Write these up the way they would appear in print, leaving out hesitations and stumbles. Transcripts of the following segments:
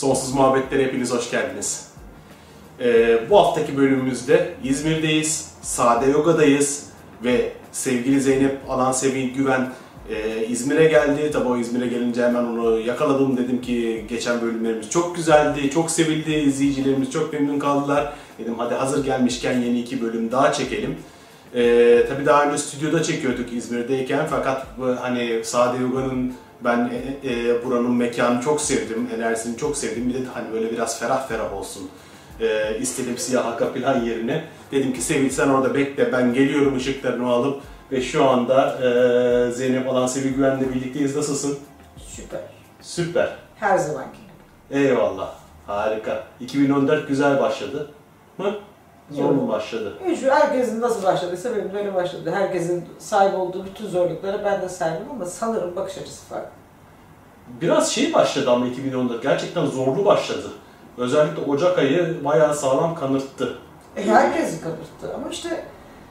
Sonsuz Muhabbetlere hepiniz hoş geldiniz. Bu haftaki bölümümüzde İzmir'deyiz, Sade Yoga'dayız ve sevgili Zeynep Alansevil Güven İzmir'e geldi. Tabii o İzmir'e gelince hemen onu yakaladım. Dedim ki geçen bölümlerimiz çok güzeldi, çok sevildi, izleyicilerimiz çok memnun kaldılar. Dedim hadi hazır gelmişken yeni 2 bölüm daha çekelim. Tabii daha önce stüdyoda çekiyorduk İzmir'deyken fakat hani Sade Yoga'nın ben buranın mekanını çok sevdim, enerjisini çok sevdim. Bir de hani böyle biraz ferah ferah olsun istedim siyah arka plan yerine. Dedim ki Sevil sen orada bekle, ben geliyorum ışıklarını alıp ve şu anda Zeynep Alansevil Güven'le birlikteyiz. Nasılsın? Süper. Süper. Her zamanki. Eyvallah. Harika. 2014 güzel başladı mı? Zor mu başladı? Herkesin nasıl başladıysa benim böyle başladı. Herkesin sahip olduğu bütün zorluklara ben de sahibim ama sanırım bakış açısı farklı. Biraz başladı ama 2014 gerçekten zorlu başladı. Özellikle Ocak ayı bayağı sağlam kanırttı. Herkesi kanırttı ama işte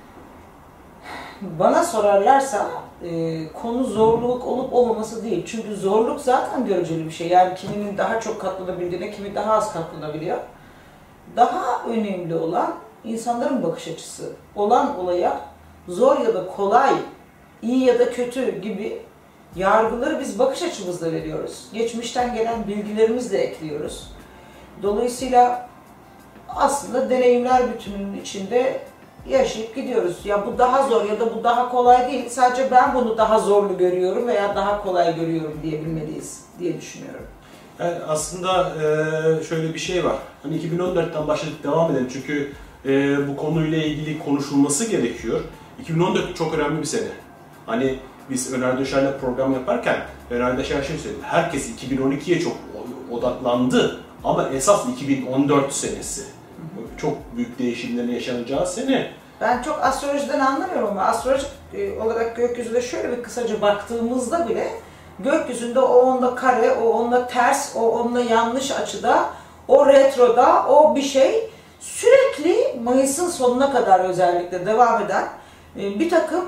bana sorarlarsa konu zorluk olup olmaması değil. Çünkü zorluk zaten göreceli bir şey. Yani kiminin daha çok katlanabildiğine, kimi daha az katlanabiliyor. Daha önemli olan insanların bakış açısı. Olan olaya zor ya da kolay, iyi ya da kötü gibi yargıları biz bakış açımızla veriyoruz. Geçmişten gelen bilgilerimizle ekliyoruz. Dolayısıyla aslında deneyimler bütününün içinde yaşayıp gidiyoruz. Ya bu daha zor ya da bu daha kolay değil. Sadece ben bunu daha zorlu görüyorum veya daha kolay görüyorum diyebilmeliyiz diye düşünüyorum. Yani aslında şöyle bir şey var. Hani 2014'ten başladık, devam edelim çünkü bu konuyla ilgili konuşulması gerekiyor. 2014 çok önemli bir sene. Hani biz Öner Döşer'le program yaparken Öner Döşer şey söyledi. Herkes 2012'ye çok odaklandı ama esas 2014 senesi. Çok büyük değişimlerin yaşanacağı sene. Ben çok astrolojiden anlamıyorum ama astrolojik olarak gökyüzüne şöyle bir kısaca baktığımızda bile gökyüzünde o onda kare, o onda ters, o onda yanlış açıda, o retroda, o bir şey sürekli Mayıs'ın sonuna kadar özellikle devam eden bir takım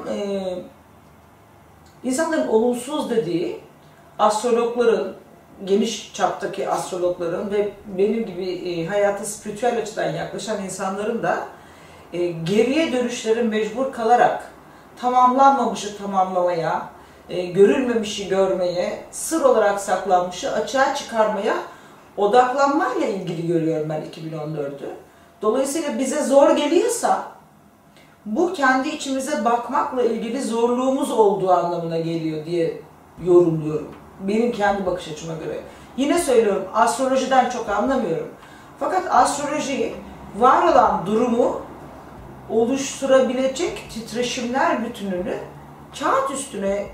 insanların olumsuz dediği astrologların, geniş çaptaki astrologların ve benim gibi hayata spiritüel açıdan yaklaşan insanların da geriye dönüşlere mecbur kalarak tamamlanmamışı tamamlamaya, görülmemişi görmeye, sır olarak saklanmışı açığa çıkarmaya odaklanmayla ilgili görüyorum ben 2014'ü. Dolayısıyla bize zor geliyorsa bu kendi içimize bakmakla ilgili zorluğumuz olduğu anlamına geliyor diye yorumluyorum. Benim kendi bakış açıma göre. Yine söylüyorum, astrolojiden çok anlamıyorum. Fakat astroloji var olan durumu oluşturabilecek titreşimler bütününü kağıt üstüne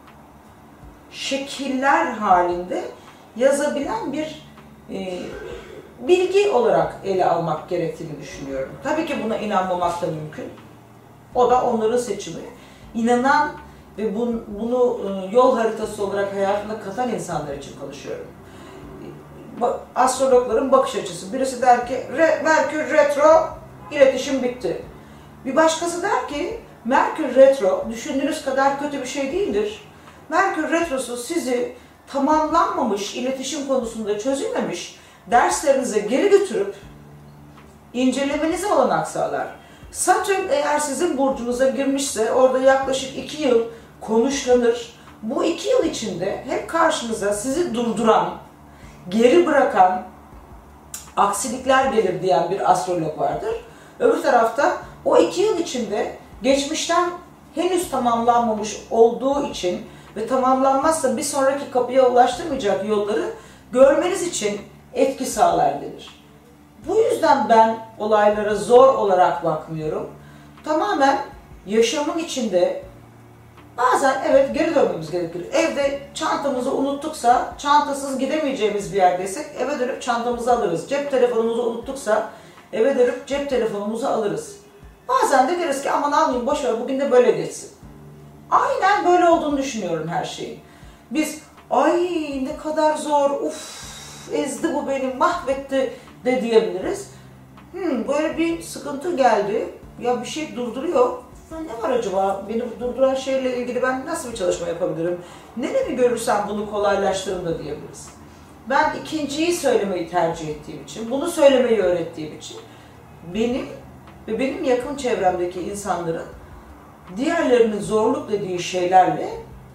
şekiller halinde yazabilen bir bilgi olarak ele almak gerektiğini düşünüyorum. Tabii ki buna inanmamak da mümkün. O da onların seçimi. İnanan ve bunu yol haritası olarak hayatına katan insanlar için konuşuyorum. Astrologların bakış açısı. Birisi der ki Merkür retro, iletişim bitti. Bir başkası der ki Merkür retro düşündüğünüz kadar kötü bir şey değildir. Merkür retrosu sizi tamamlanmamış, iletişim konusunda çözülmemiş derslerinize geri götürüp incelemenize olanak sağlar. Satürn eğer sizin burcunuza girmişse orada yaklaşık 2 yıl konuşlanır. Bu 2 yıl içinde hep karşınıza sizi durduran, geri bırakan aksilikler gelir diyen bir astrolog vardır. Öbür tarafta o 2 yıl içinde geçmişten henüz tamamlanmamış olduğu için ve tamamlanmazsa bir sonraki kapıya ulaştırmayacak yolları görmeniz için etki sağlar denir. Bu yüzden ben olaylara zor olarak bakmıyorum. Tamamen yaşamın içinde bazen evet geri dönmemiz gerekir. Evde çantamızı unuttuksa, çantasız gidemeyeceğimiz bir yerdeysek eve dönüp çantamızı alırız. Cep telefonumuzu unuttuksa eve dönüp cep telefonumuzu alırız. Bazen de deriz ki aman almayayım boşver bugün de böyle geçsin. Aynen böyle olduğunu düşünüyorum her şeyin. Biz ay ne kadar zor, ezdi bu beni, mahvetti de diyebiliriz. Böyle bir sıkıntı geldi, ya bir şey durduruyor. Ya ne var acaba, beni durduran şeyle ilgili ben nasıl bir çalışma yapabilirim? Neremi görürsem bunu kolaylaştırırım da diyebiliriz. Ben ikinciyi söylemeyi tercih ettiğim için, bunu söylemeyi öğrettiğim için benim ve benim yakın çevremdeki insanların diğerlerinin zorluk dediği şeylerle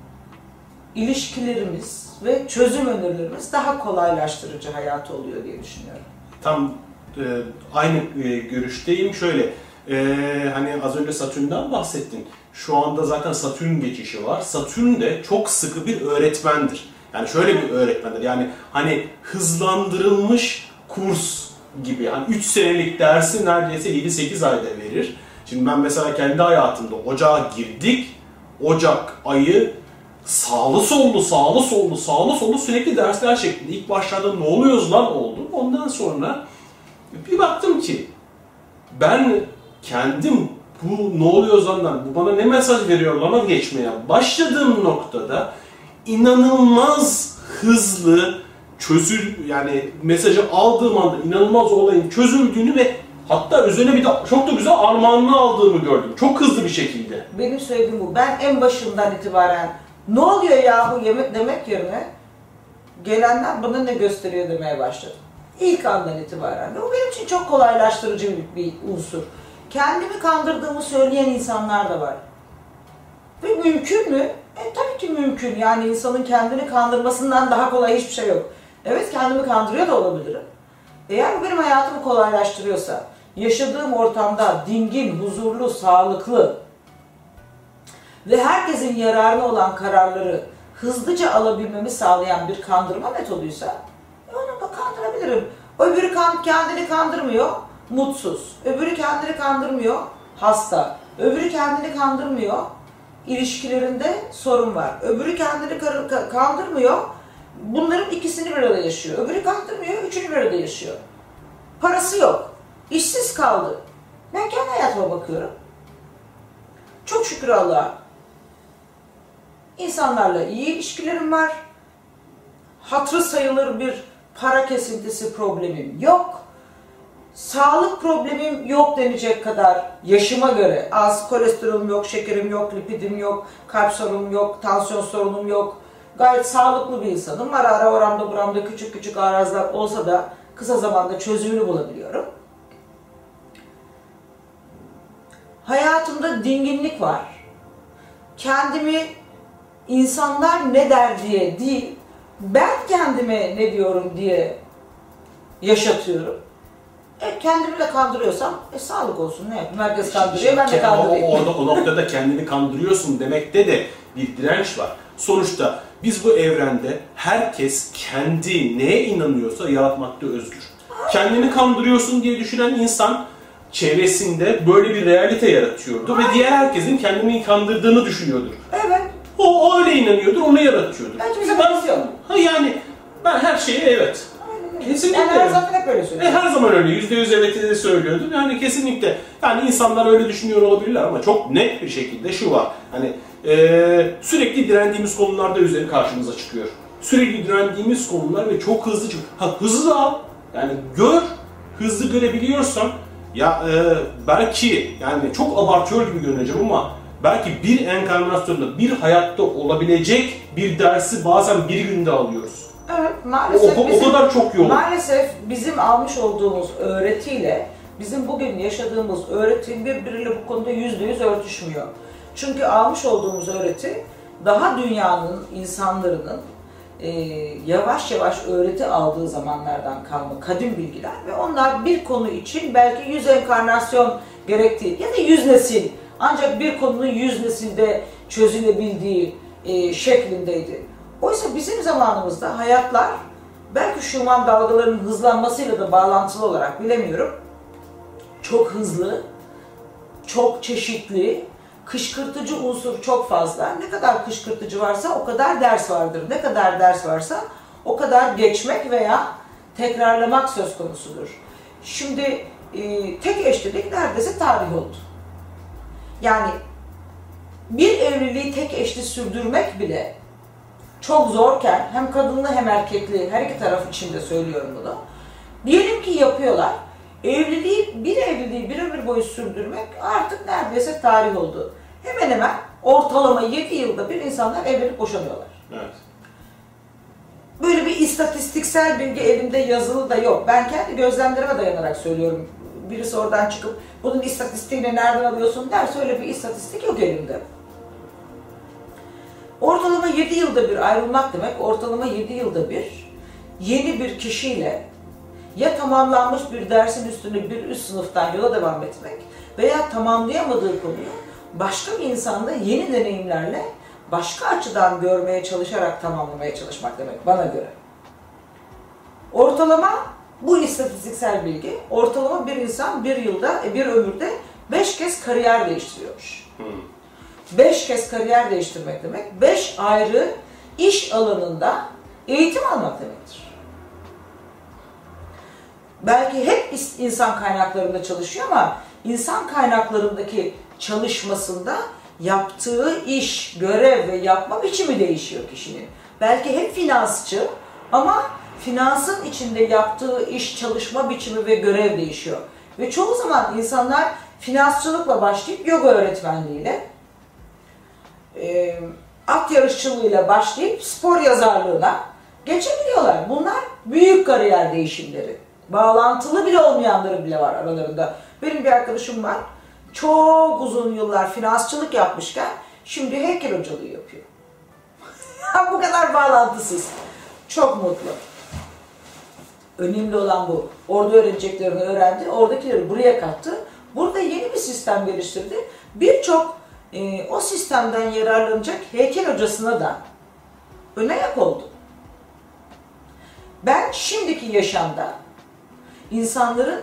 ilişkilerimiz ve çözüm önerilerimiz daha kolaylaştırıcı hayatı oluyor diye düşünüyorum. Tam aynı görüşteyim. Şöyle, hani az önce Satürn'den bahsettin. Şu anda zaten Satürn geçişi var. Satürn de çok sıkı bir öğretmendir. Yani şöyle bir öğretmendir. Yani hani hızlandırılmış kurs gibi. Yani 3 senelik dersi neredeyse 7-8 ayda verir. Şimdi ben mesela kendi hayatımda ocağa girdik. Ocak ayı sağlı sollu sürekli dersler şeklinde. İlk başlarda ne oluyoruz lan oldum. Ondan sonra bir baktım ki ben kendim bu ne oluyoruz landan, bu bana ne mesaj veriyor lana geçmeye başladığım noktada inanılmaz hızlı yani mesajı aldığım anda inanılmaz olayın çözüldüğünü ve hatta üzerine bir de çok da güzel armağanını aldığımı gördüm. Çok hızlı bir şekilde. Benim söylediğim bu. Ben en başından itibaren ne oluyor yahu yemek demek yerine gelenler bana ne gösteriyor demeye başladım. İlk andan itibaren. Ve o benim için çok kolaylaştırıcı bir unsur. Kendimi kandırdığımı söyleyen insanlar da var. Ve mümkün mü? Tabii ki mümkün. Yani insanın kendini kandırmasından daha kolay hiçbir şey yok. Evet, kendimi kandırıyor da olabilirim. Eğer bu benim hayatımı kolaylaştırıyorsa, yaşadığım ortamda dingin, huzurlu, sağlıklı ve herkesin yararına olan kararları hızlıca alabilmemi sağlayan bir kandırma metoduysa onu da kandırabilirim. Öbürü kendini kandırmıyor, mutsuz. Öbürü kendini kandırmıyor, hasta. Öbürü kendini kandırmıyor, ilişkilerinde sorun var. Öbürü kendini kandırmıyor, bunların ikisini bir arada yaşıyor. Öbürü kandırmıyor, üçünü bir arada yaşıyor. Parası yok, işsiz kaldı. Ben kendi hayatıma bakıyorum. Çok şükür Allah'a. İnsanlarla iyi ilişkilerim var. Hatırı sayılır bir para kesintisi problemim yok. Sağlık problemim yok denecek kadar yaşıma göre az kolesterolüm yok, şekerim yok, lipidim yok, kalp sorunum yok, tansiyon sorunum yok. Gayet sağlıklı bir insanım. Ara ara oramda buramda küçük küçük arazlar olsa da kısa zamanda çözümünü bulabiliyorum. Hayatımda dinginlik var. Kendimi insanlar ne der diye değil, ben kendime ne diyorum diye yaşatıyorum. Kendimi de kandırıyorsam, sağlık olsun, ne yapayım? Herkes kandırıyor, ben de kandırayım. O noktada kendini kandırıyorsun demekte de bir direnç var. Sonuçta biz bu evrende herkes kendi neye inanıyorsa yaratmakta özgür. Kendini kandırıyorsun diye düşünen insan çevresinde böyle bir realite yaratıyordu ve diğer herkesin kendini kandırdığını düşünüyordur. Evet. O öyle inanıyordur, onu yaratıyordur. Yani ben her şeye evet. Kesinlikle. Yani her zaman hep öyle söylüyorum. Her zaman öyle. %100 evet de söylüyordum. Yani kesinlikle. Yani insanlar öyle düşünüyor olabilirler ama çok net bir şekilde şu var. Hani sürekli direndiğimiz konularda üzeri karşımıza çıkıyor. Sürekli direndiğimiz konular ve çok hızlı çıkıyor. Hızlı al. Yani gör. Hızlı görebiliyorsan ya belki yani çok abartıyor gibi görüneceğim ama belki bir enkarnasyonda, bir hayatta olabilecek bir dersi bazen bir günde alıyoruz. Evet, maalesef o kadar çok yoğun. Maalesef bizim almış olduğumuz öğretiyle bizim bugün yaşadığımız öğreti birbiriyle bu konuda %100 örtüşmüyor. Çünkü almış olduğumuz öğreti daha dünyanın, insanların yavaş yavaş öğreti aldığı zamanlardan kalma kadim bilgiler ve onlar bir konu için belki 100 enkarnasyon gerektiği ya da 100 nesil ancak bir konunun 100 nesilde çözülebildiği şeklindeydi. Oysa bizim zamanımızda hayatlar belki Schumann dalgalarının hızlanmasıyla da bağlantılı olarak bilemiyorum. Çok hızlı, çok çeşitli, kışkırtıcı unsur çok fazla. Ne kadar kışkırtıcı varsa o kadar ders vardır. Ne kadar ders varsa o kadar geçmek veya tekrarlamak söz konusudur. Şimdi tek eşlilik neredeyse tarih oldu. Yani bir evliliği tek eşli sürdürmek bile çok zorken hem kadınlı hem erkekli her iki taraf için de söylüyorum bunu. Diyelim ki yapıyorlar. Bir evliliği bir ömür boyu sürdürmek artık neredeyse tarih oldu. Hemen hemen ortalama 7 yılda bir insanlar evlenip boşanıyorlar. Evet. böyle bir istatistiksel bilgi elimde yazılı da yok. Ben kendi gözlemlerime dayanarak söylüyorum. Birisi oradan çıkıp bunun istatistiğini nereden alıyorsun derse öyle bir istatistik yok elimde. Ortalama 7 yılda bir ayrılmak demek, ortalama 7 yılda bir yeni bir kişiyle ya tamamlanmış bir dersin üstüne bir üst sınıftan yola devam etmek veya tamamlayamadığı konuyu başka bir insanda yeni deneyimlerle başka açıdan görmeye çalışarak tamamlamaya çalışmak demek bana göre. Ortalama bu istatistiksel bilgi, ortalama bir insan bir yılda, bir ömürde 5 kez kariyer değiştiriyormuş. 5 kez kariyer değiştirmek demek, 5 ayrı iş alanında eğitim almak demektir. Belki hep insan kaynaklarında çalışıyor ama insan kaynaklarındaki çalışmasında yaptığı iş, görev ve yapma biçimi değişiyor kişinin. Belki hep finansçı ama finansın içinde yaptığı iş, çalışma biçimi ve görev değişiyor. Ve çoğu zaman insanlar finansçılıkla başlayıp yoga öğretmenliğiyle, at yarışçılığıyla başlayıp spor yazarlığına geçebiliyorlar. Bunlar büyük kariyer değişimleri. Bağlantılı bile olmayanları bile var aralarında. Benim bir arkadaşım var. Çok uzun yıllar finansçılık yapmışken şimdi heykel hocalığı yapıyor. Bu kadar bağlantısız. Çok mutlu. Önemli olan bu. Orada öğreneceklerini öğrendi, oradakileri buraya kattı. Burada yeni bir sistem geliştirdi. Birçok o sistemden yararlanacak heykel hocasına da ön ayak oldu. Ben şimdiki yaşamda insanların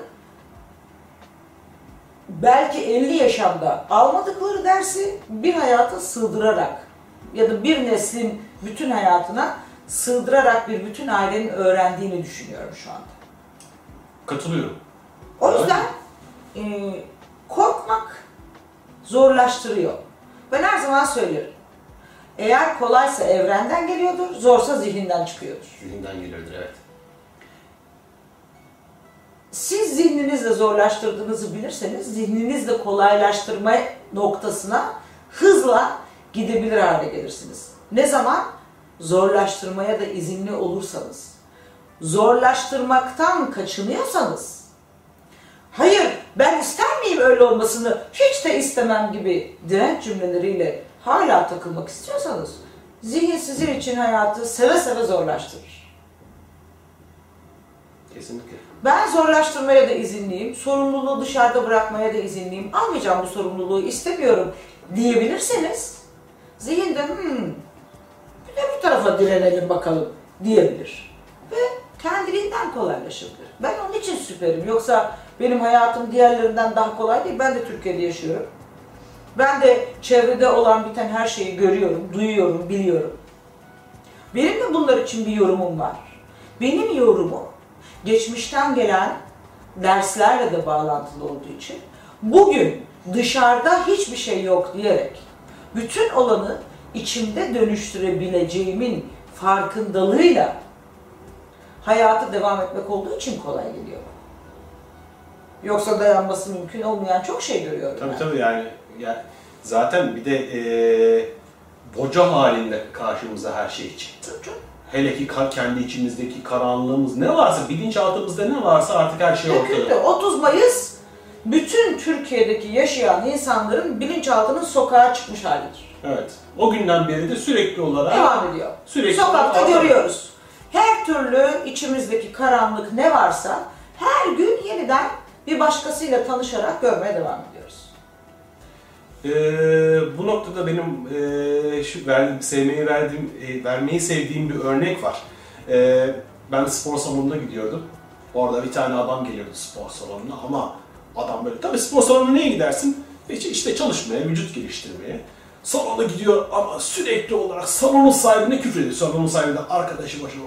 belki 50 yaşamda almadıkları dersi bir hayata sığdırarak ya da bir neslin bütün hayatına sığdırarak bir bütün ailenin öğrendiğini düşünüyorum şu anda. Katılıyorum. O yüzden korkmak zorlaştırıyor. Ben her zaman söylerim. Eğer kolaysa evrenden geliyordur, zorsa zihninden çıkıyordur. Zihinden geliyordur, evet. Siz zihninizle zorlaştırdığınızı bilirseniz, zihninizle kolaylaştırma noktasına hızla gidebilir hale gelirsiniz. Ne zaman? Zorlaştırmaya da izinli olursanız. Zorlaştırmaktan kaçınıyorsanız, hayır ben ister miyim öyle olmasını, hiç de istemem gibi direnç cümleleriyle hala takılmak istiyorsanız, zihin sizin için hayatı seve seve zorlaştırır. Kesinlikle. Ben zorlaştırmaya da izinliyim, sorumluluğu dışarıda bırakmaya da izinliyim, almayacağım bu sorumluluğu, istemiyorum diyebilirseniz, zihinde bir de bu tarafa direnelim bakalım diyebilir. Ve kendiliğinden kolaylaşabilir. Ben onun için süperim. Yoksa benim hayatım diğerlerinden daha kolay değil. Ben de Türkiye'de yaşıyorum. Ben de çevrede olan biten her şeyi görüyorum, duyuyorum, biliyorum. Benim de bunlar için bir yorumum var. Benim yorumum geçmişten gelen derslerle de bağlantılı olduğu için bugün dışarıda hiçbir şey yok diyerek bütün olanı içimde dönüştürebileceğimin farkındalığıyla hayata devam etmek olduğu için kolay geliyor. Yoksa dayanması mümkün olmayan çok şey görüyorum. Tabii yani zaten bir de boca halinde karşımıza her şey çıktı. Hele ki kendi içimizdeki karanlığımız ne varsa, bilinçaltımızda ne varsa artık her şey ortada. 30 Mayıs bütün Türkiye'deki yaşayan insanların bilinçaltının sokağa çıkmış halidir. Evet. O günden beri de sürekli olarak devam ediyor. Sokakta görüyoruz. Her türlü içimizdeki karanlık ne varsa her gün yeniden bir başkasıyla tanışarak görmeye devam ediyoruz. Bu noktada benim vermeyi sevdiğim bir örnek var. Ben spor salonuna gidiyordum. Orada bir tane adam geliyordu spor salonuna ama adam böyle, tabii spor salonuna neye gidersin? İşte çalışmaya, vücut geliştirmeye. Salona gidiyor ama sürekli olarak salonun sahibine küfrediyor. Salonun sahibi de arkadaşı başına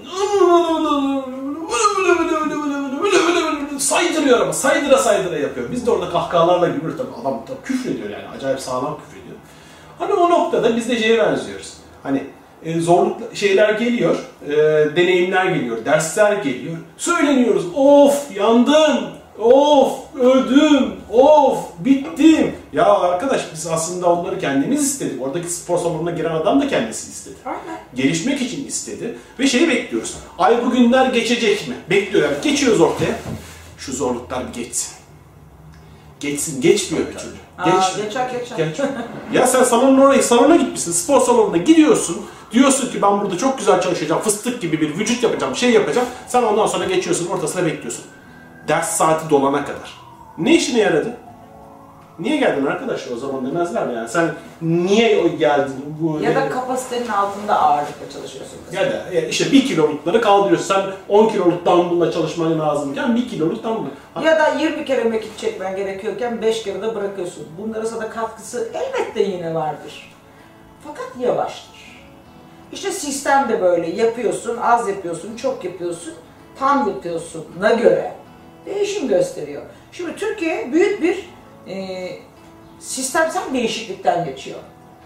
saydırıyor ama saydıra yapıyor. Biz de orada kahkahalarla gülüyoruz tabii. Adam tabii küfrediyor yani, acayip sağlam küfrediyor. Hani o noktada biz de şeye benziyoruz. Hani zorluk şeyler geliyor, deneyimler geliyor, dersler geliyor. Söyleniyoruz, of yandım, of öldüm, of bittim. Ya arkadaş biz aslında onları kendimiz istedik. Oradaki spor salonuna giren adam da kendisi istedi. Aynen. gelişmek için istedi ve şeyi bekliyoruz. Ay bu günler geçecek mi? Bekliyor yani. Geçiyoruz ortaya. Şu zorluklar bir geçsin. Geçsin, geçmiyor bir türlü. Geçer. Ya sen salona gitmişsin, spor salonuna gidiyorsun. Diyorsun ki ben burada çok güzel çalışacağım, fıstık gibi bir vücut yapacağım, şey yapacağım. Sen ondan sonra geçiyorsun, ortasına bekliyorsun. Ders saati dolana kadar. Ne işine yaradı? Niye geldin arkadaşlar o zaman demezler mi yani? Sen niye geldin? Ya da kapasitenin altında ağırlıkla çalışıyorsun. Ya da işte 1 kilolukları kaldırıyorsun. Sen 10 kiloluk dumbbell'la çalışman lazımken 1 kiloluk dumbbell. Ya da 20 kere mekik çekmen gerekiyorken 5 kere de bırakıyorsun. Bunlara sana katkısı elbette yine vardır. Fakat yavaştır. İşte sistem de böyle. Yapıyorsun, az yapıyorsun, çok yapıyorsun, tam yapıyorsun'a göre değişim gösteriyor. Şimdi Türkiye büyük bir sistemsel değişiklikten geçiyor.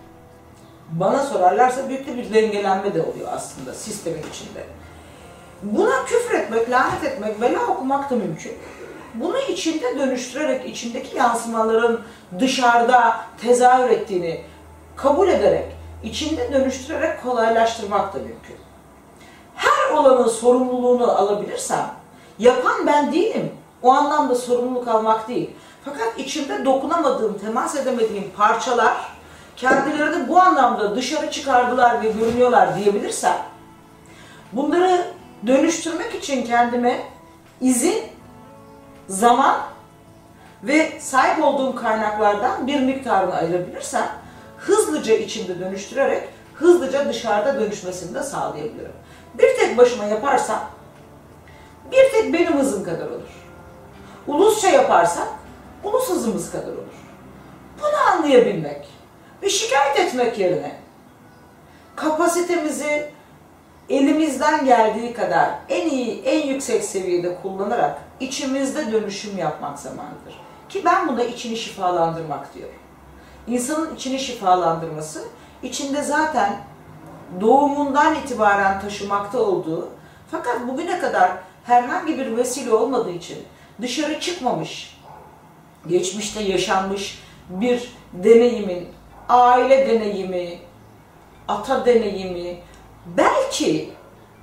Bana sorarlarsa büyük bir dengelenme de oluyor aslında sistemin içinde. Buna küfür etmek, lanet etmek, vela okumak da mümkün. Bunu içinde dönüştürerek, içindeki yansımaların dışarıda tezahür ettiğini kabul ederek, içinde dönüştürerek kolaylaştırmak da mümkün. Her olanın sorumluluğunu alabilirsem, yapan ben değilim. O anlamda sorumluluk almak değil. Fakat içimde dokunamadığım, temas edemediğim parçalar kendilerini bu anlamda dışarı çıkardılar ve görünüyorlar diyebilirsem, bunları dönüştürmek için kendime izin, zaman ve sahip olduğum kaynaklardan bir miktarını ayırabilirsem, hızlıca içinde dönüştürerek, hızlıca dışarıda dönüşmesini de sağlayabilirim. Bir tek başıma yaparsam, bir tek benim hızım kadar olur. Ulusça yaparsak, ulus hızımız kadar olur. Bunu anlayabilmek ve şikayet etmek yerine kapasitemizi elimizden geldiği kadar en iyi, en yüksek seviyede kullanarak içimizde dönüşüm yapmak zamanıdır. Ki ben buna içini şifalandırmak diyorum. İnsanın içini şifalandırması, içinde zaten doğumundan itibaren taşımakta olduğu, fakat bugüne kadar herhangi bir vesile olmadığı için dışarı çıkmamış, geçmişte yaşanmış bir deneyimin, aile deneyimi, ata deneyimi, belki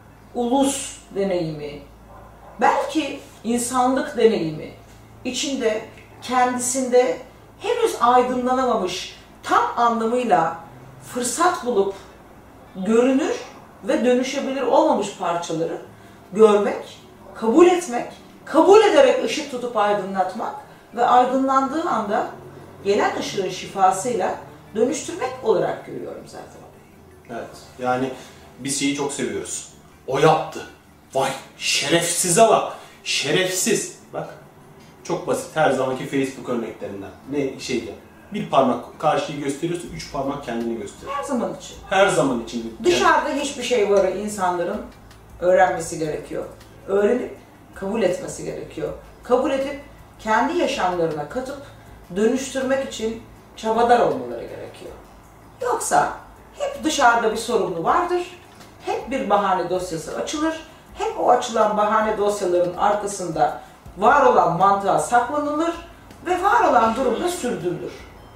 ulus deneyimi, belki insanlık deneyimi içinde, kendisinde henüz aydınlanamamış, tam anlamıyla fırsat bulup görünür ve dönüşebilir olmamış parçaları görmek, kabul etmek, kabul ederek ışık tutup aydınlatmak ve aydınlandığı anda gelen ışığın şifasıyla dönüştürmek olarak görüyorum zaten. Evet, yani biz şeyi çok seviyoruz. O yaptı. Vay şerefsize bak. Şerefsiz. Bak. Çok basit. Her zamanki Facebook örneklerinden. Ne şeydi? Bir parmak karşıyı gösteriyorsa 3 parmak kendini gösteriyor. Her zaman için. Her zaman için. Dışarıda hiçbir şey var insanların öğrenmesi gerekiyor. Öğrenip kabul etmesi gerekiyor. Kabul edip kendi yaşamlarına katıp dönüştürmek için çabadar olmaları gerekiyor. Yoksa hep dışarıda bir sorumlu vardır. Hep bir bahane dosyası açılır. Hep o açılan bahane dosyaların arkasında var olan mantığa saklanılır ve var olan durumda sürdürülür.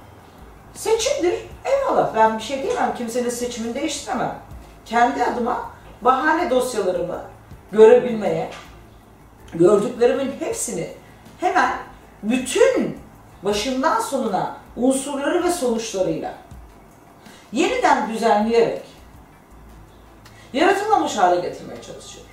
Seçimdir. Eyvallah, ben bir şey diyemem. Kimsenin seçimini değiştiremem. Kendi adıma bahane dosyalarımı görebilmeye, gördüklerimin hepsini hemen bütün başından sonuna unsurları ve sonuçlarıyla yeniden düzenleyerek yaratılmamış hale getirmeye çalışıyorum.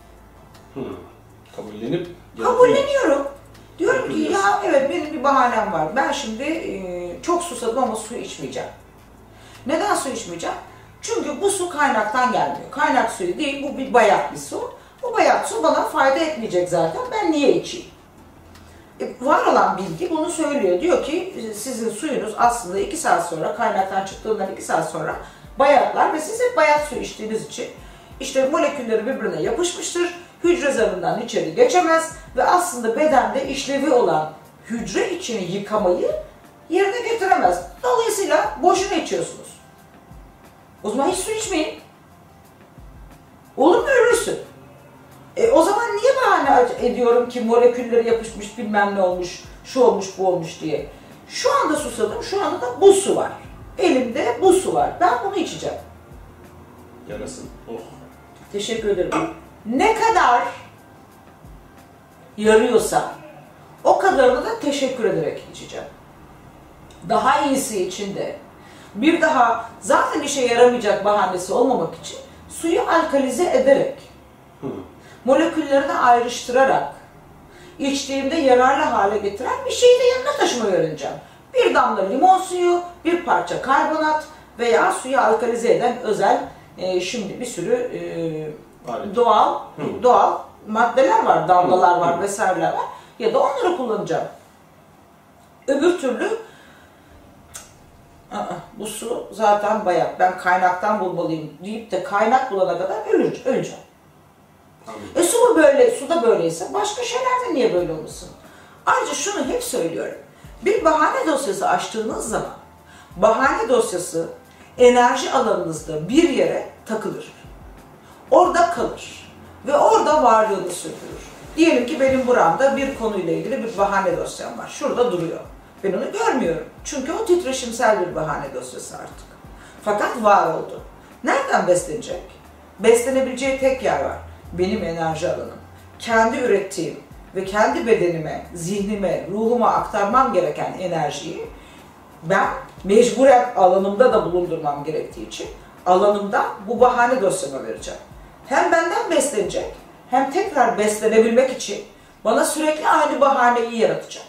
Kabulleniyorum. Diyorum ki ya evet benim bir bahanem var. Ben şimdi çok susadım ama su içmeyeceğim. Neden su içmeyeceğim? Çünkü bu su kaynaktan gelmiyor. Kaynak suyu değil, bu bir bayat bir su. Bu bayat su bana fayda etmeyecek zaten. Ben niye içeyim? Var olan bilgi bunu söylüyor. Diyor ki sizin suyunuz aslında 2 saat sonra, kaynaktan çıktığından 2 saat sonra bayatlar ve siz hep bayat su içtiğiniz için işte molekülleri birbirine yapışmıştır. Hücre zarından içeri geçemez ve aslında bedende işlevi olan hücre içini yıkamayı yerine getiremez. Dolayısıyla boşuna içiyorsunuz. O zaman hiç su içmeyin. Olur mu, ölürsün. O zaman niye bahane ediyorum ki molekülleri yapışmış bilmem ne olmuş, şu olmuş bu olmuş diye. Şu anda susadım, şu anda da bu su var. Elimde bu su var. Ben bunu içeceğim. Yarasın. Oh. Teşekkür ederim. Ne kadar yarıyorsa o kadarını da teşekkür ederek içeceğim. Daha iyisi için de bir daha zaten işe yaramayacak bahanesi olmamak için suyu alkalize ederek, moleküllerini ayrıştırarak, içtiğimde yararlı hale getiren bir şeyi de yanına taşımayı öğreneceğim. Bir damla limon suyu, bir parça karbonat veya suyu alkalize eden özel şimdi bir sürü doğal maddeler var, damlalar var vesaireler var ya da onları kullanacağım. Öbür türlü bu su zaten bayat, ben kaynaktan bulmalıyım deyip de kaynak bulana kadar öleceğim. Su mu böyle, su da böyleyse başka şeylerde niye böyle olmasın? Ayrıca şunu hep söylüyorum. Bir bahane dosyası açtığınız zaman bahane dosyası enerji alanınızda bir yere takılır. Orada kalır ve orada varlığını sürdürür. Diyelim ki benim buramda bir konuyla ilgili bir bahane dosyam var. Şurada duruyor. Ben onu görmüyorum. Çünkü o titreşimsel bir bahane dosyası artık. Fakat var oldu. Nereden beslenecek? Beslenebileceği tek yer var. Benim enerji alanım. Kendi ürettiğim ve kendi bedenime, zihnime, ruhuma aktarmam gereken enerjiyi ben mecburen alanımda da bulundurmam gerektiği için alanımda bu bahane dosyama vereceğim. Hem benden beslenecek, hem tekrar beslenebilmek için bana sürekli aynı bahaneyi yaratacak.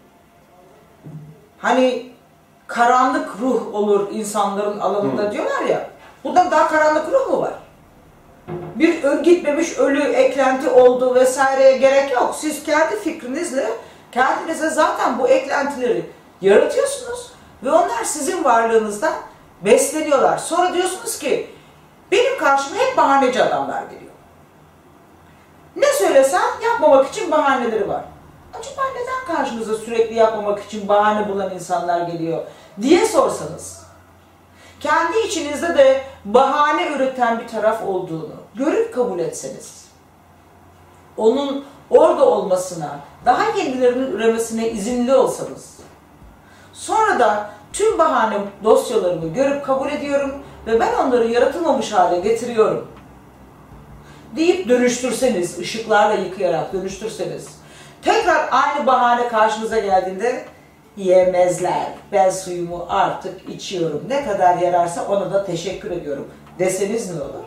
Hani karanlık ruh olur insanların alanında diyorlar ya, bundan daha karanlık ruh mu var? Bir gitmemiş ölü eklenti oldu vesaireye gerek yok. Siz kendi fikrinizle kendinize zaten bu eklentileri yaratıyorsunuz ve onlar sizin varlığınızdan besleniyorlar. Sonra diyorsunuz ki benim karşıma hep bahaneci adamlar geliyor. Ne söylesem yapmamak için bahaneleri var. Acaba neden karşınıza sürekli yapmamak için bahane bulan insanlar geliyor diye sorsanız, kendi içinizde de bahane üreten bir taraf olduğunu görüp kabul etseniz, onun orada olmasına, daha kendilerinin üremesine izinli olsanız, sonra da tüm bahane dosyalarımı görüp kabul ediyorum ve ben onları yaratılmamış hale getiriyorum deyip dönüştürseniz, ışıklarla yıkayarak dönüştürseniz, tekrar aynı bahane karşınıza geldiğinde yemezler. Ben suyumu artık içiyorum. Ne kadar yararsa ona da teşekkür ediyorum deseniz ne olur?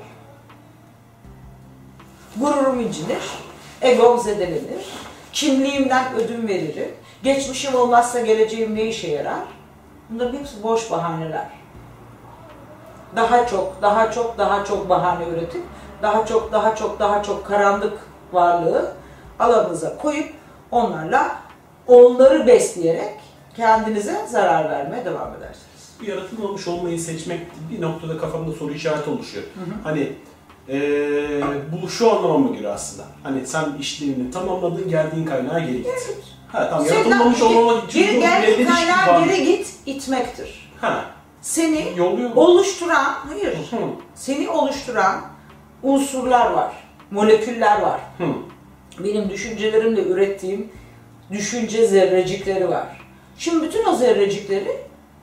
Gururum incinir, egom zedelenir, kimliğimden ödün veririm, geçmişim olmazsa geleceğim ne işe yarar? Bunların hepsi boş bahaneler. Daha çok, daha çok, daha çok bahane üretip, daha çok, daha çok, daha çok karanlık varlığı alanınıza koyup onları besleyerek kendinize zarar vermeye devam edersiniz. Yaratılmamış olmayı seçmek bir noktada kafamda soru işareti oluşuyor. Hani bu şu anlama mı giriyor aslında? Hani sen işlerini tamamladın, geldiğin kaynağa geri git. Evet. Ha, tamam, yaratılmamış olmamak için geldiğin kaynağa geri git, itmektir. Ha. Seni Yolluyor oluşturan, seni oluşturan unsurlar var, moleküller var. Benim düşüncelerimle ürettiğim düşünce zerrecikleri var. Şimdi bütün o zerrecikleri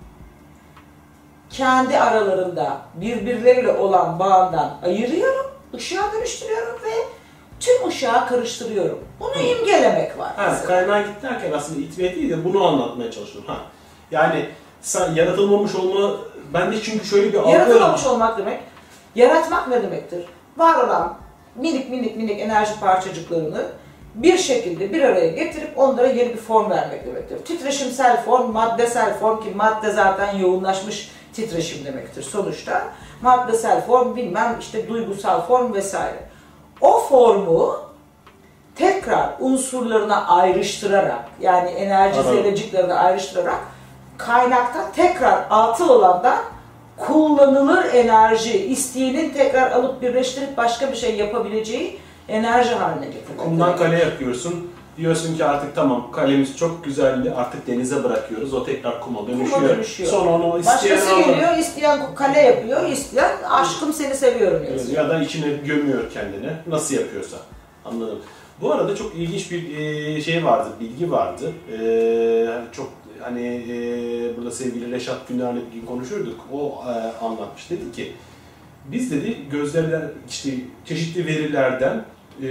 kendi aralarında birbirleriyle olan bağından ayırıyorum, ışığa dönüştürüyorum ve tüm ışığa karıştırıyorum. Bunu imgelemek var. Kaynağa git derken aslında itmeye değil de bunu anlatmaya çalışıyorum. Yani sen yaratılmamış olma, bende çünkü şöyle bir algı var. Yaratılmamış olmak demek, yaratmak ne demektir? Var olan minik enerji parçacıklarını bir şekilde bir araya getirip onlara yeni bir form vermek demektir. Titreşimsel form, maddesel form, ki madde zaten yoğunlaşmış titreşim demektir sonuçta. Maddesel form, bilmem işte duygusal form vesaire. O formu tekrar unsurlarına ayrıştırarak, yani enerji zerreciklerini ayrıştırarak kaynakta tekrar atıl olandan kullanılır enerji, isteyenin tekrar alıp birleştirip başka bir şey yapabileceği enerji haline getirmek. Kumdan kale yapıyorsun. Diyorsun ki artık tamam, kalemiz çok güzeldi, artık denize bırakıyoruz. O tekrar kuma dönüşüyor. Sonra onu isteyen başkası geliyor, isteyen kale yapıyor, isteyen aşkım seni seviyorum yazıyor. Ya da içine gömüyor kendini. Nasıl yapıyorsa. Anladım. Bu arada çok ilginç bir şey vardı, bilgi vardı. Çok burada sevgili Reşat Günler'le bir gün konuşurduk. O anlatmış. Dedi ki biz dedi gözlemler işte çeşitli verilerden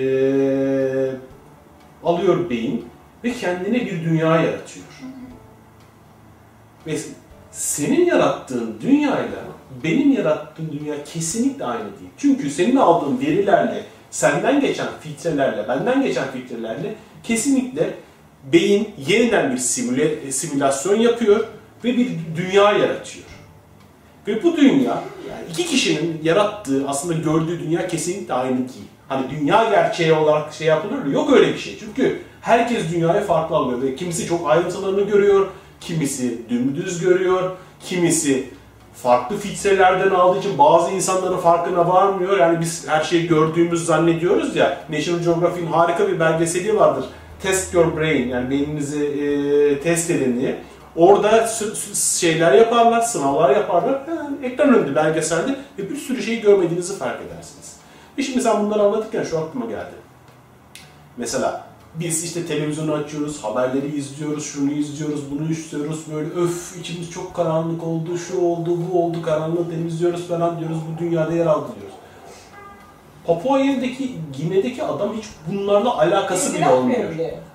alıyor beyin ve kendine bir dünya yaratıyor. Ve senin yarattığın dünyayla benim yarattığım dünya kesinlikle aynı değil. Çünkü senin aldığın verilerle, senden geçen filtrelerle, benden geçen filtrelerle kesinlikle beyin yeniden bir simülasyon yapıyor ve bir dünya yaratıyor. Ve bu dünya, yani iki kişinin yarattığı, aslında gördüğü dünya kesinlikle aynı değil. Hani dünya gerçeği olarak şey yapılır mı? Yok öyle bir şey. Çünkü herkes dünyayı farklı alıyor ve kimisi çok ayrıntılarını görüyor, kimisi dümdüz görüyor, kimisi farklı filtrelerden aldığı için bazı insanların farkına varmıyor. Yani biz her şeyi gördüğümüz zannediyoruz ya. National Geographic'in harika bir belgeseli vardır. Test Your Brain, yani beyninizi test edin diye. Orada şeyler yaparlar, sınavlar yaparlar. Yani ekran önünde belgeselde ve bir sürü şeyi görmediğinizi fark edersiniz. Ve şimdi sen bunları anlatırken şu aklıma geldi. Mesela biz işte televizyonu açıyoruz, haberleri izliyoruz, şunu izliyoruz, bunu izliyoruz. Böyle öf içimiz çok karanlık oldu, şu oldu, bu oldu, karanlığı temizliyoruz falan diyoruz. Bu dünyada yer aldı diyoruz. Papua Gine'deki adam hiç bunlarla alakası bile olmuyor.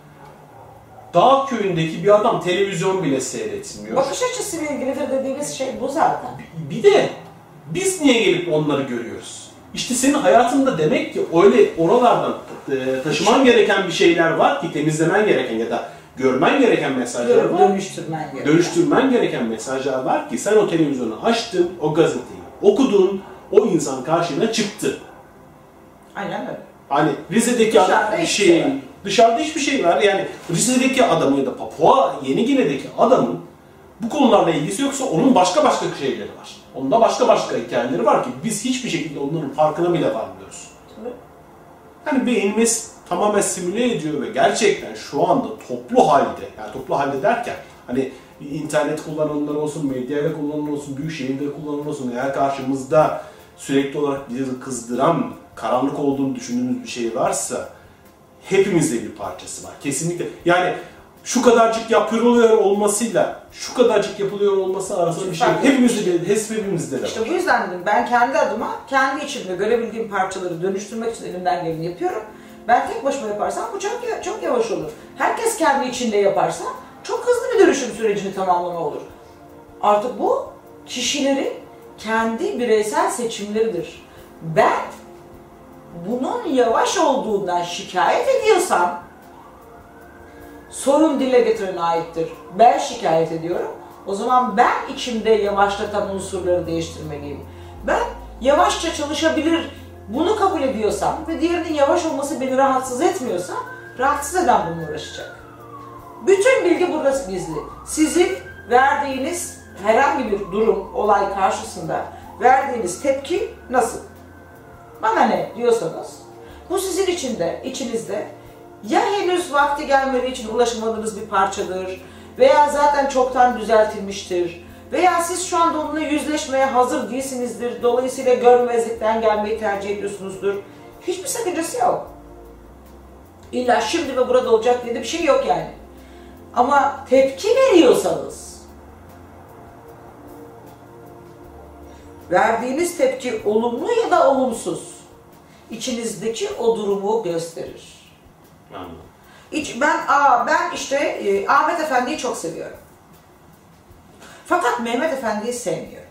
Dağ köyündeki bir adam televizyon bile seyretmiyor. Bakış açısıyla ilgilidir dediğimiz şey bu zaten. Bir de biz niye gelip onları görüyoruz? İşte senin hayatında demek ki öyle oralardan taşıman gereken bir şeyler var ki, temizlemen gereken ya da görmen gereken mesajlar var. Dönüştürmen gereken mesajlar var ki sen o televizyonu açtın, o gazeteyi okudun, o insan karşına çıktı. Aynen öyle. Hani Rize'deki dışarıda hiçbir şey var. Yani Rize'deki adamı ya da Papua Yeni Gine'deki adamın bu konularla ilgisi yoksa onun başka şeyleri var. Onda başka hikayeleri var ki biz hiçbir şekilde onların farkına bile varmıyoruz. Tabii. Yani beynimiz tamamen simüle ediyor ve gerçekten şu anda toplu halde derken hani internet kullananlar olsun, medyayla kullananlar olsun, büyük şehirde kullananlar olsun, eğer karşımızda sürekli olarak bizi kızdıran, karanlık olduğunu düşündüğümüz bir şey varsa hepimizde bir parçası var. Kesinlikle. Yani şu kadarcık yapılıyor olmasıyla şu kadarcık yapılıyor olması arasında bir şey yok. Hepimizde de var. İşte bu yüzden dedim ben kendi adıma, kendi içimde görebildiğim parçaları dönüştürmek için elimden geleni yapıyorum. Ben tek başıma yaparsam bu çok yavaş olur. Herkes kendi içinde yaparsa çok hızlı bir dönüşüm sürecini tamamlama olur. Artık bu kişilerin kendi bireysel seçimleridir. Ben bunun yavaş olduğundan şikayet ediyorsam sorun dile getirene aittir. Ben şikayet ediyorum. O zaman ben içimde yavaşlatan unsurları değiştirmeliyim. Ben yavaşça çalışabilir, bunu kabul ediyorsam ve diğerinin yavaş olması beni rahatsız etmiyorsa, rahatsız eden bununla uğraşacak. Bütün bilgi burası gizli. Sizin verdiğiniz herhangi bir durum, olay karşısında verdiğiniz tepki nasıl? Bana ne diyorsanız, bu sizin içinizde ya henüz vakti gelmediği için ulaşamadığınız bir parçadır veya zaten çoktan düzeltilmiştir veya siz şu anda onunla yüzleşmeye hazır değilsinizdir, dolayısıyla görmezlikten gelmeyi tercih ediyorsunuzdur. Hiçbir sakıncası yok. İlla şimdi ve burada olacak diye de bir şey yok yani. Ama tepki veriyorsanız, verdiğiniz tepki olumlu ya da olumsuz, içinizdeki o durumu gösterir. Anladım. Ben işte Ahmet Efendi'yi çok seviyorum. Fakat Mehmet Efendi'yi sevmiyorum.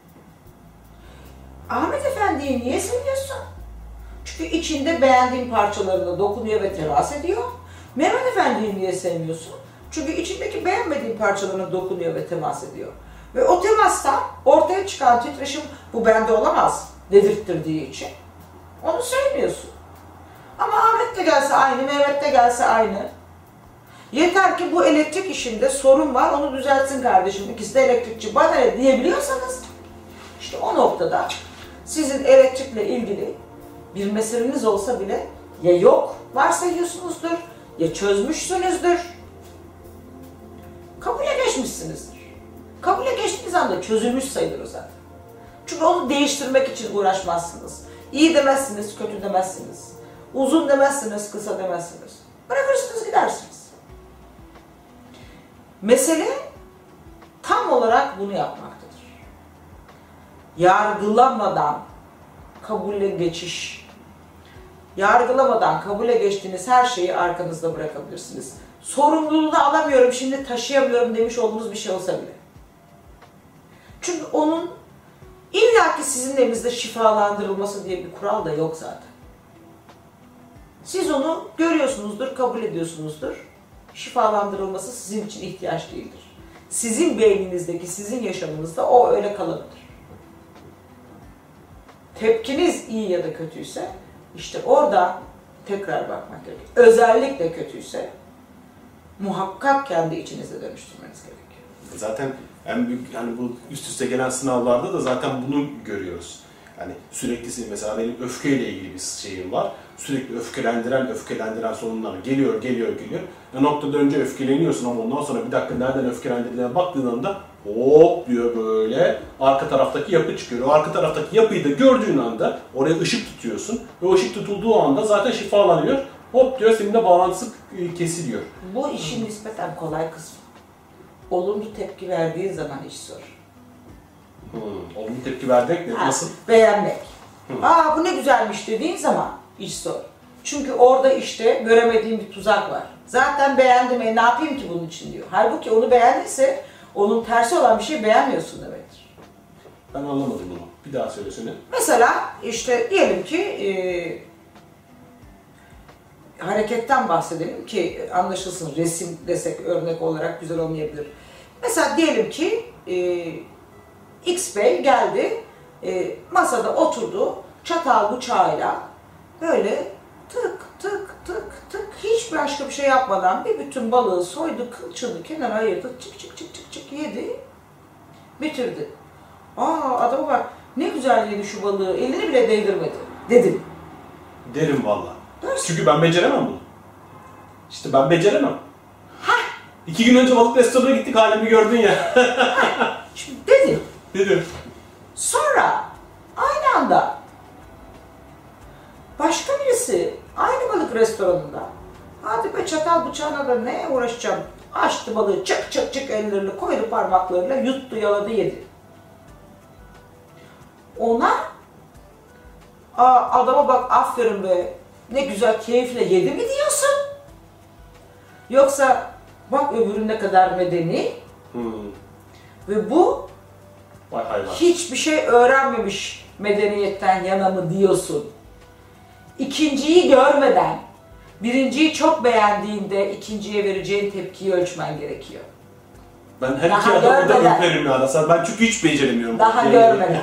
Ahmet Efendi'yi niye seviyorsun? Çünkü içinde beğendiğin parçalarına dokunuyor ve temas ediyor. Mehmet Efendi'yi niye sevmiyorsun? Çünkü içindeki beğenmediğin parçalarına dokunuyor ve temas ediyor. Ve o temastan ortaya çıkan titreşim bu bende olamaz dedirttirdiği için onu sevmiyorsun. Ama Ahmet de gelse aynı, Mehmet de gelse aynı. Yeter ki bu elektrik işinde sorun var, onu düzeltsin kardeşim. İkisi de elektrikçi, bana ne diyebiliyorsanız, işte o noktada sizin elektrikle ilgili bir meseleniz olsa bile ya yok varsayıyorsunuzdur, ya çözmüşsünüzdür, kabule geçmişsinizdir. Kabule geçtiğiniz anda çözülmüş sayılır o zaten. Çünkü onu değiştirmek için uğraşmazsınız. İyi demezsiniz, kötü demezsiniz. Uzun demezsiniz, kısa demezsiniz. Bırakırsınız gidersiniz. Mesele tam olarak bunu yapmaktadır. Yargılamadan kabule geçiş. Yargılamadan kabule geçtiğiniz her şeyi arkanızda bırakabilirsiniz. Sorumluluğunu alamıyorum, şimdi taşıyamıyorum demiş olduğunuz bir şey olsa bile. Çünkü onun illaki sizin elinizde şifalandırılması diye bir kural da yok zaten. Siz onu görüyorsunuzdur, kabul ediyorsunuzdur. Şifalandırılması sizin için ihtiyaç değildir. Sizin beyninizdeki, sizin yaşamınızda o öyle kalıdır. Tepkiniz iyi ya da kötüyse, işte orada tekrar bakmak gerekiyor. Özellikle kötüyse, muhakkak kendi içinize dönüştürmeniz gerekiyor. Zaten en büyük, yani bu üst üste gelen sınavlarda da zaten bunu görüyoruz. Yani sürekli, mesela benim öfkeyle ilgili bir şeyim var. Sürekli öfkelendiren sorunlar geliyor. Noktada önce öfkeleniyorsun ama ondan sonra bir dakika nereden öfkelendirdiğine baktığın anda hop diyor böyle arka taraftaki yapı çıkıyor. O arka taraftaki yapıyı da gördüğün anda oraya ışık tutuyorsun ve o ışık tutulduğu anda zaten şifalanıyor. Hop diyor, seninle bağlantısı kesiliyor. Bu işin nispeten kolay kısmı. Olumlu tepki verdiğin zaman iş zor. Olumlu tepki vermek ne? Nasıl? Beğenmek. Aa bu ne güzelmiş dediğin zaman iş zor. Çünkü orada işte göremediğin bir tuzak var. Zaten beğendim, ne yapayım ki bunun için diyor. Halbuki onu beğendiyse onun tersi olan bir şey beğenmiyorsun demektir. Ben anlamadım bunu. Bir daha söylesene. Mesela işte diyelim ki hareketten bahsedelim ki anlaşılsın. Resim desek örnek olarak güzel olmayabilir. Mesela diyelim ki X Bey geldi, masada oturdu, çatal bıçağıyla böyle tık tık tık tık hiç başka bir şey yapmadan bir bütün balığı soydu, kılçığını kenara ayırdı, çık çık çık çık çık yedi, bitirdi. Aa adama bak ne güzel yedi şu balığı, elini bile değdirmedi dedim. Derim valla. Çünkü ben beceremem bunu. İşte ben beceremem. 2 gün önce balık restoranına gittik, halimi gördün ya. Şimdi dedim. Dedim. Sonra aynı anda başka birisi aynı balık restoranında hadi be çatal bıçağına da ne uğraşacağım, açtı balığı çık çık çık ellerini koydu parmaklarıyla yuttu yaladı yedi. Ona adama bak aferin be ne güzel keyifle yedi mi diyorsun? Yoksa bak öbürü ne kadar medeni ve bu hiçbir şey öğrenmemiş medeniyetten yana mı diyorsun? İkinciyi görmeden, birinciyi çok beğendiğinde ikinciye vereceğin tepkiyi ölçmen gerekiyor. Ben her iki adamı da öperim ya arasında. Ben çünkü hiç beceremiyorum. Daha görmeden.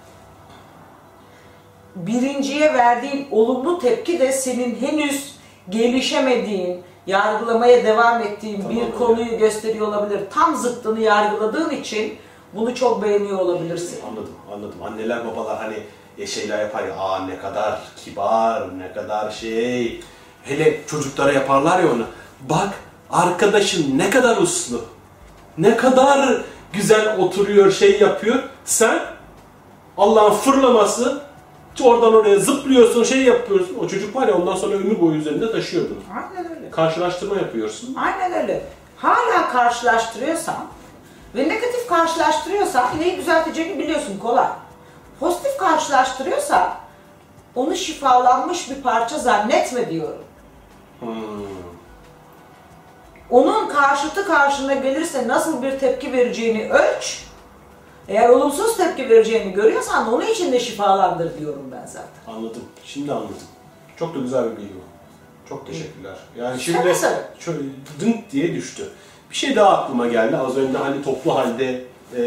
Birinciye verdiğin olumlu tepki de senin henüz gelişemediğin, yargılamaya devam ettiğin bir konuyu gösteriyor olabilir. Tam zıttını yargıladığın için bunu çok beğeniyor olabilirsin. Anladım. Anneler babalar hani şeyler yapar ya, ne kadar kibar, ne kadar şey. Hele çocuklara yaparlar ya onu. Bak arkadaşın ne kadar uslu, ne kadar güzel oturuyor, şey yapıyor. Sen Allah'ın fırlaması, oradan oraya zıplıyorsun, şey yapıyorsun. O çocuk var ya ondan sonra ömür boyu üzerinde taşıyordun. Aynen öyle. Karşılaştırma yapıyorsun. Aynen öyle. Hala karşılaştırıyorsan ve negatif karşılaştırıyorsan neyi düzelteceğini biliyorsun, kolay. Pozitif karşılaştırıyorsa onu şifalanmış bir parça zannetme diyorum. Onun karşıtı karşına gelirse nasıl bir tepki vereceğini ölç. Eğer olumsuz tepki vereceğini görüyorsan onun için de şifalandır diyorum ben zaten. Anladım. Şimdi anladım. Çok da güzel bir bilgi bu. Çok teşekkürler. Yani şimdi şöyle dınk diye düştü. Bir şey daha aklıma geldi. Az önce hani toplu halde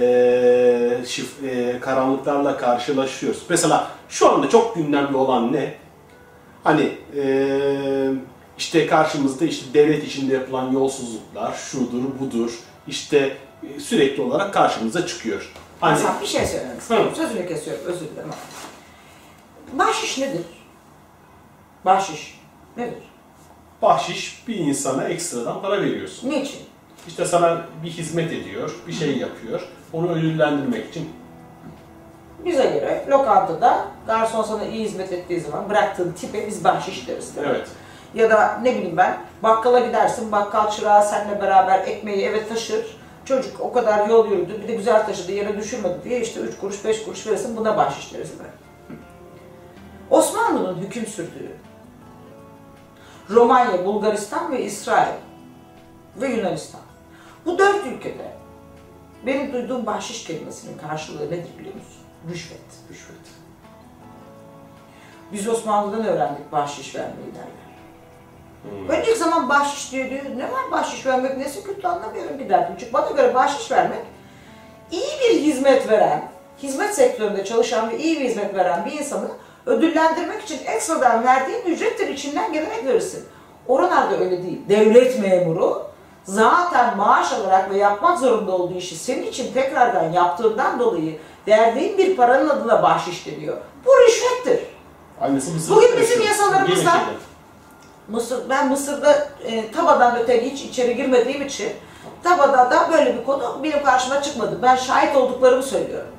karanlıklarla karşılaşıyoruz. Mesela şu anda çok gündemde olan ne? Hani işte karşımızda işte devlet içinde yapılan yolsuzluklar, şudur budur, işte sürekli olarak karşımıza çıkıyor. Hani... Hasan bir şey söylemek istiyorum. Sözünü kesiyorum, özür dilerim. Bahşiş nedir? Bahşiş nedir? Bahşiş bir insana ekstradan para veriyorsun. Niçin? İşte sana bir hizmet ediyor, bir şey yapıyor. Onu ödüllendirmek için. Bize göre lokantada garson sana iyi hizmet ettiği zaman bıraktığın tipe biz bahşiş deriz. Evet. Ya da ne bileyim ben, bakkala gidersin, bakkal çırağı seninle beraber ekmeği eve taşır. Çocuk o kadar yol yürüdü, bir de güzel taşıdı, yere düşürmedi diye işte 3 kuruş, 5 kuruş verirsin, buna bahşiş deriz. Osmanlı'nın hüküm sürdüğü Romanya, Bulgaristan ve İsrail ve Yunanistan. Bu 4 ülkede benim duyduğum bahşiş kelimesinin karşılığı nedir biliyor musun? Rüşvet. Rüşvet. Biz Osmanlı'dan öğrendik bahşiş vermeyi derler. Ben ilk zaman bahşiş diyor, ne var bahşiş vermek, nesi kötü anlamıyorum bir derdim. Çünkü bana göre bahşiş vermek, iyi bir hizmet veren, hizmet sektöründe çalışan ve iyi bir hizmet veren bir insanı ödüllendirmek için ekstradan verdiğin ücrettir, içinden gelerek verirsin. Oralarda öyle değil. Devlet memuru zaten maaş alarak ve yapmak zorunda olduğu işi senin için tekrardan yaptığından dolayı verdiğin bir paranın adına bahşiş deniyor. Bu rüşvettir. Aynısı Mısır'da. Bugün bizim yasalarımızda, ben Mısır'da Taba'dan öte hiç içeri girmediğim için Taba'da da böyle bir konu benim karşıma çıkmadı. Ben şahit olduklarımı söylüyorum.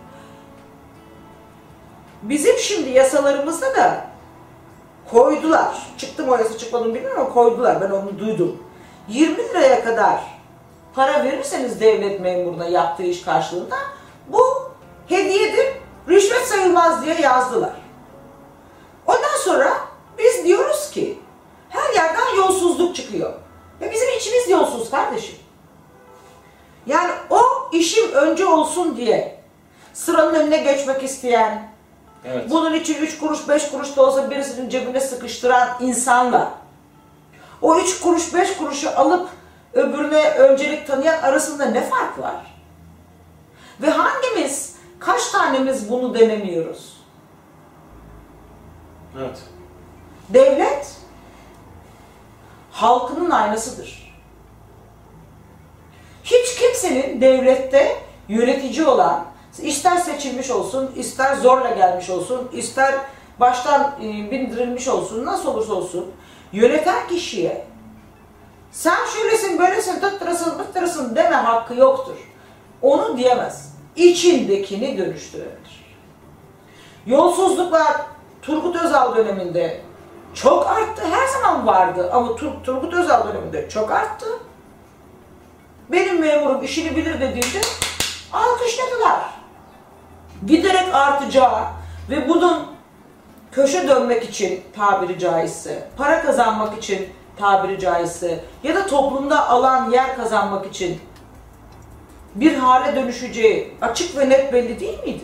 Bizim şimdi yasalarımızda da koydular. Çıktı mı o yasa çıkmadı mı bilmiyorum ama koydular. Ben onu duydum. 20 liraya kadar para verirseniz devlet memuruna yaptığı iş karşılığında bu hediyedir, rüşvet sayılmaz diye yazdılar. Ondan sonra biz diyoruz ki her yerden yolsuzluk çıkıyor. Ve bizim içimiz yolsuz kardeşim. Yani o işim önce olsun diye sıranın önüne geçmek isteyen, evet, bunun için 3 kuruş 5 kuruş da olsa birisinin cebine sıkıştıran insanla o 3 kuruş 5 kuruşu alıp öbürüne öncelik tanıyan arasında ne fark var? Ve hangimiz, kaç tanemiz bunu denemiyoruz? Evet. Devlet halkının aynasıdır. Hiç kimsenin devlette yönetici olan, ister seçilmiş olsun, ister zorla gelmiş olsun, ister baştan bindirilmiş olsun, nasıl olursa olsun, yöneten kişiye sen şöylesin, böylesin, tıttırısın deme hakkı yoktur. Onu diyemez. İçindekini dönüştürebilir. Yolsuzluklar Turgut Özal döneminde çok arttı. Her zaman vardı ama Turgut Özal döneminde çok arttı. Benim memurum işini bilir dediğinde alkışladılar. Giderek artacağı ve bunun köşe dönmek için tabiri caizse, para kazanmak için tabiri caizse ya da toplumda alan yer kazanmak için bir hale dönüşeceği açık ve net belli değil miydi?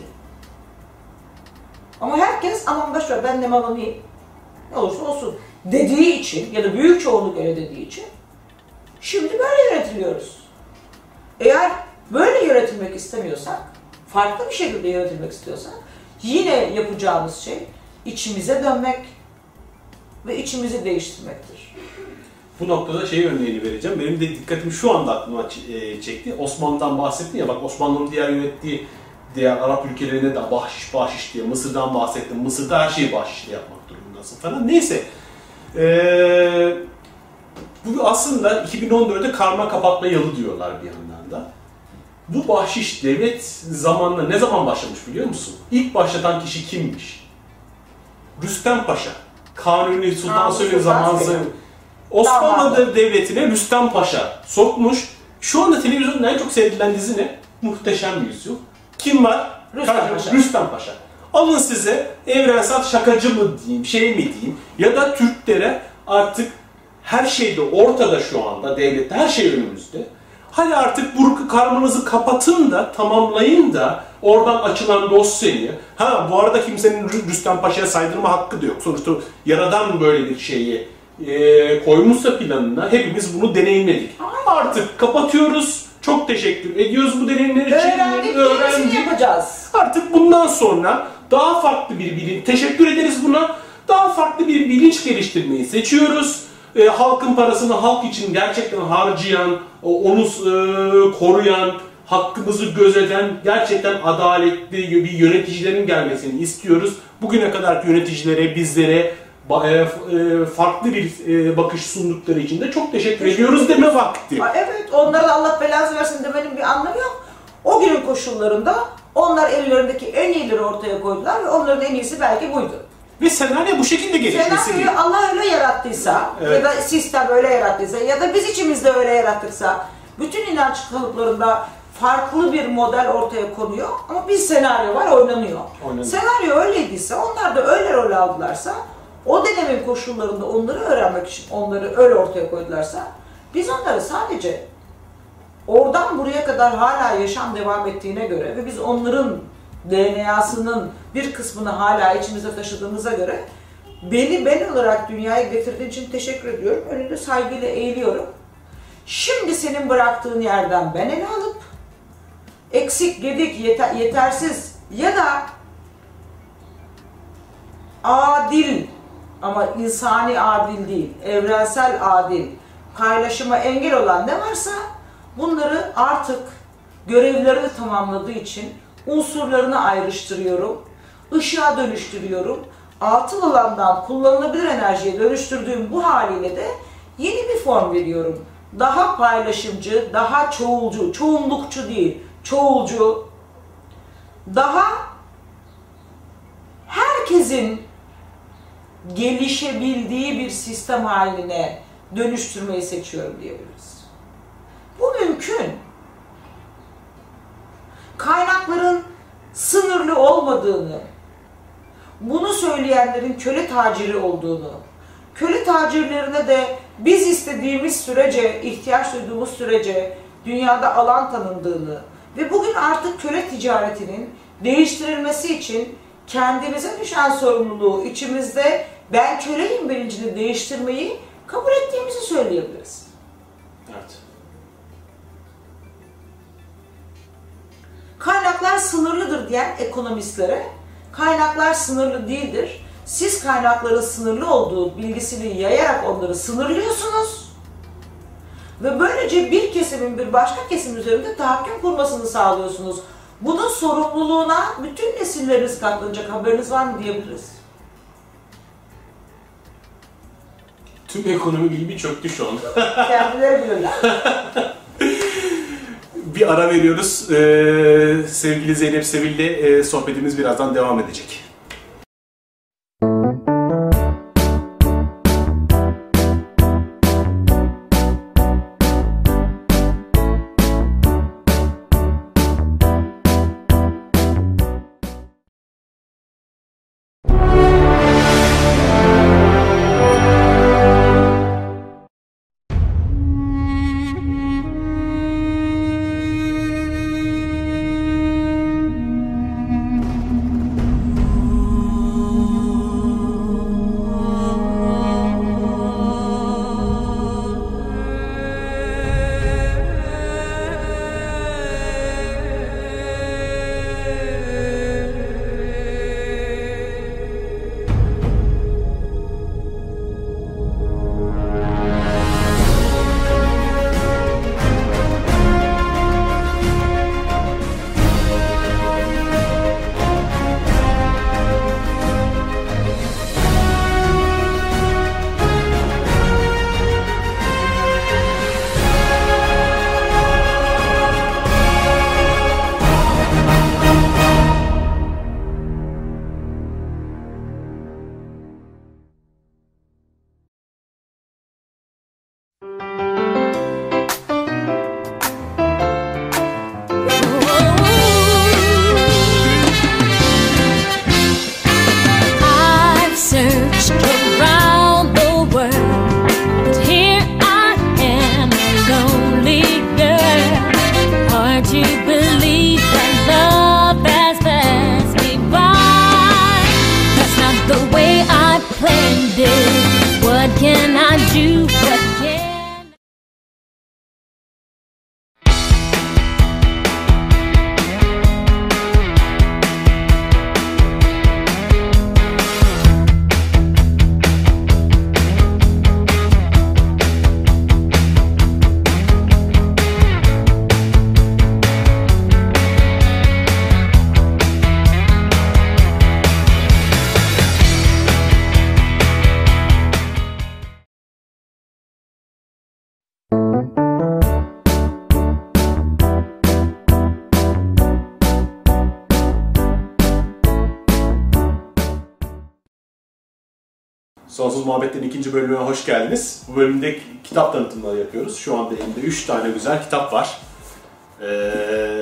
Ama herkes aman boşver ben ne malımıyım, ne olursa olsun dediği için ya da büyük çoğunluk öyle dediği için şimdi böyle yönetiliyoruz. Eğer böyle yönetilmek istemiyorsak, farklı bir şekilde yönetilmek istiyorsak yine yapacağımız şey içimize dönmek ve içimizi değiştirmektir. Bu noktada şey örneğini vereceğim. Benim de dikkatimi şu anda aklıma çekti. Osmanlı'dan bahsettin ya, bak Osmanlı'nın diğer yönettiği diğer Arap ülkelerine de bahşiş diye, Mısır'dan bahsettim. Mısır'da her şeyi bahşişle yapmak durumundasın falan. Neyse. Bu aslında 2014'te karma kapatma yalı diyorlar bir yandan da. Bu bahşiş devlet zamanında ne zaman başlamış biliyor musun? İlk başlatan kişi kimmiş? Rüstem Paşa. Kanuni Sultan Süleyman zamanı Osmanlı Devleti'ne Rüstem Paşa sokmuş. Şu anda televizyonda en çok seyredilen dizi ne? Muhteşem Yüzyıl. Kim var? Rüstem Paşa. Alın size evrensel şakacı mı diyeyim, şey mi diyeyim ya da Türklere artık her şeyde ortada şu anda, devlette her şey önümüzde. Hadi artık bu karmanızı kapatın da, tamamlayın da oradan açılan dosyayı. Bu arada kimsenin Rüstem Paşa'ya saydırma hakkı da yok. Sonuçta Yaradan böyle bir şeyi koymuşsa planına hepimiz bunu deneyimledik. Artık kapatıyoruz. Çok teşekkür ediyoruz bu deneyimler için. Öğrendik. Yapacağız. Artık bundan sonra daha farklı bir bilinç, teşekkür ederiz buna. Daha farklı bir bilinç geliştirmeyi seçiyoruz. Halkın parasını halk için gerçekten harcayan, onu koruyan, hakkımızı gözeten, gerçekten adaletli bir yöneticilerin gelmesini istiyoruz. Bugüne kadar yöneticilere, bizlere farklı bir bakış sundukları için de çok teşekkür ediyoruz deme vakti. Evet, onlara Allah belanı versin demenin bir anlamı yok. O günün koşullarında onlar ellerindeki en iyileri ortaya koydular ve onların en iyisi belki buydu. Ve senaryo bu şekilde gelişmesi. Senaryoyu Allah öyle yarattıysa, evet, ya da sistem öyle yarattıysa ya da biz içimizde öyle yarattıksa bütün inanç kalıplarında farklı bir model ortaya konuyor ama bir senaryo var, oynanıyor. Senaryo öyleydiyse, onlar da öyle rol aldılarsa o dönemin koşullarında onları öğrenmek için onları öyle ortaya koydularsa, biz onları sadece oradan buraya kadar hala yaşam devam ettiğine göre ve biz onların DNA'sının bir kısmını hala içimizde taşıdığımıza göre beni ben olarak dünyaya getirdiğin için teşekkür ediyorum. Önünde saygıyla eğiliyorum. Şimdi senin bıraktığın yerden ben ele alıp eksik, gedik, yetersiz ya da adil ama insani adil değil, evrensel adil, paylaşıma engel olan ne varsa bunları artık görevlerini tamamladığı için unsurlarını ayrıştırıyorum, ışığa dönüştürüyorum. Altın alandan kullanılabilir enerjiye dönüştürdüğüm bu haliyle de yeni bir form veriyorum. Daha paylaşımcı, daha çoğulcu, çoğunlukçu değil, çoğulcu, daha herkesin gelişebildiği bir sistem haline dönüştürmeyi seçiyorum diyebiliriz. Bu mümkün. Kaynakların sınırlı olmadığını, bunu söyleyenlerin köle taciri olduğunu, köle tacirlerine de biz istediğimiz sürece, ihtiyaç duyduğumuz sürece dünyada alan tanındığını ve bugün artık köle ticaretinin değiştirilmesi için kendimize düşen sorumluluğu içimizde ben köleyim bilincini değiştirmeyi kabul ettiğimizi söyleyebiliriz. Evet. Kaynaklar sınırlıdır diyen ekonomistlere kaynaklar sınırlı değildir. Siz kaynakların sınırlı olduğu bilgisini yayarak onları sınırlıyorsunuz ve böylece bir kesimin bir başka kesim üzerinde tahakküm kurmasını sağlıyorsunuz. Bunun sorumluluğuna bütün nesilleriniz katlanacak, haberiniz var mı diyebiliriz. Tüm ekonomi bilimi çöktü şu an. Kendileri bilirler. Bir ara veriyoruz. Sevgili Zeynep Sevil'le sohbetimiz birazdan devam edecek. Sonsuz Muhabbet'in ikinci bölümüne hoş geldiniz. Bu bölümde kitap tanıtımları yapıyoruz. Şu anda elimde 3 tane güzel kitap var.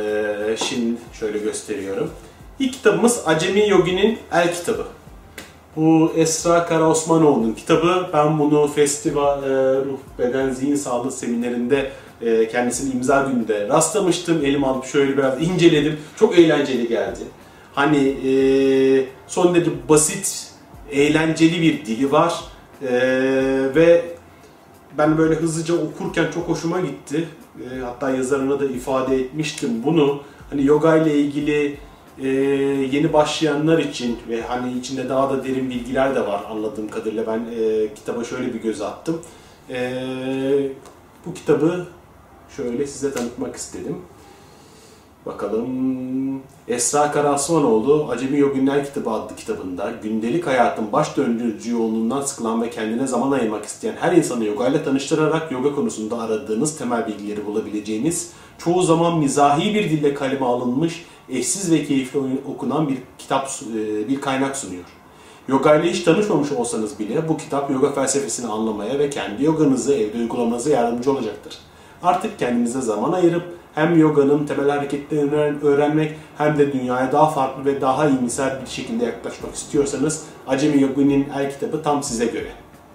Şimdi şöyle gösteriyorum. İlk kitabımız Acemi Yogi'nin El kitabı. Bu Esra Karaosmanoğlu'nun kitabı. Ben bunu festival Ruh Beden Zihin Sağlığı seminerinde kendisinin imza gününde rastlamıştım. Elime alıp şöyle biraz inceledim. Çok eğlenceli geldi. Hani son derece basit, eğlenceli bir dili var. Ve ben böyle hızlıca okurken çok hoşuma gitti. Hatta yazarına da ifade etmiştim bunu. Hani yoga ile ilgili yeni başlayanlar için ve hani içinde daha da derin bilgiler de var anladığım kadarıyla. Ben kitaba şöyle bir göz attım. Bu kitabı şöyle size tanıtmak istedim. Bakalım. Esra Karaosmanoğlu Acemi Yogünler Kitabı adlı kitabında gündelik hayatın baş döndürücü yoğunluğundan sıkılan ve kendine zaman ayırmak isteyen her insanı yoga ile tanıştırarak yoga konusunda aradığınız temel bilgileri bulabileceğiniz, çoğu zaman mizahi bir dille kaleme alınmış, eşsiz ve keyifli okunan bir kitap, bir kaynak sunuyor. Yoga ile hiç tanışmamış olsanız bile bu kitap yoga felsefesini anlamaya ve kendi yoganızı evde uygulamanıza yardımcı olacaktır. Artık kendinize zaman ayırıp hem yoganın temel hareketlerini öğrenmek hem de dünyaya daha farklı ve daha iyimser bir şekilde yaklaşmak istiyorsanız Acemi Yoginin El kitabı tam size göre.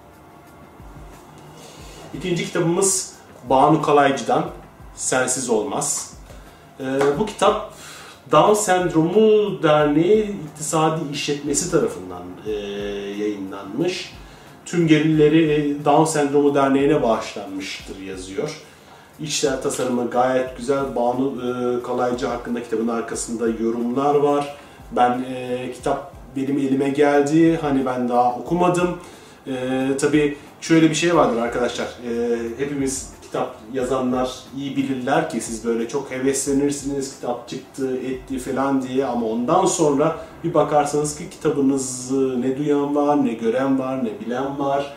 İkinci kitabımız Banu Kalaycı'dan Sensiz Olmaz. Bu kitap Down Sendromu Derneği İktisadi İşletmesi tarafından yayınlanmış. Tüm gelirleri Down Sendromu Derneği'ne bağışlanmıştır yazıyor. İçler tasarımı gayet güzel. Banu Kalaycı hakkında kitabın arkasında yorumlar var. Kitap benim elime geldi. Hani ben daha okumadım. Tabii şöyle bir şey vardır arkadaşlar. Hepimiz kitap yazanlar iyi bilirler ki siz böyle çok heveslenirsiniz. Kitap çıktı, etti falan diye ama ondan sonra bir bakarsanız ki kitabınızı ne duyan var, ne gören var, ne bilen var.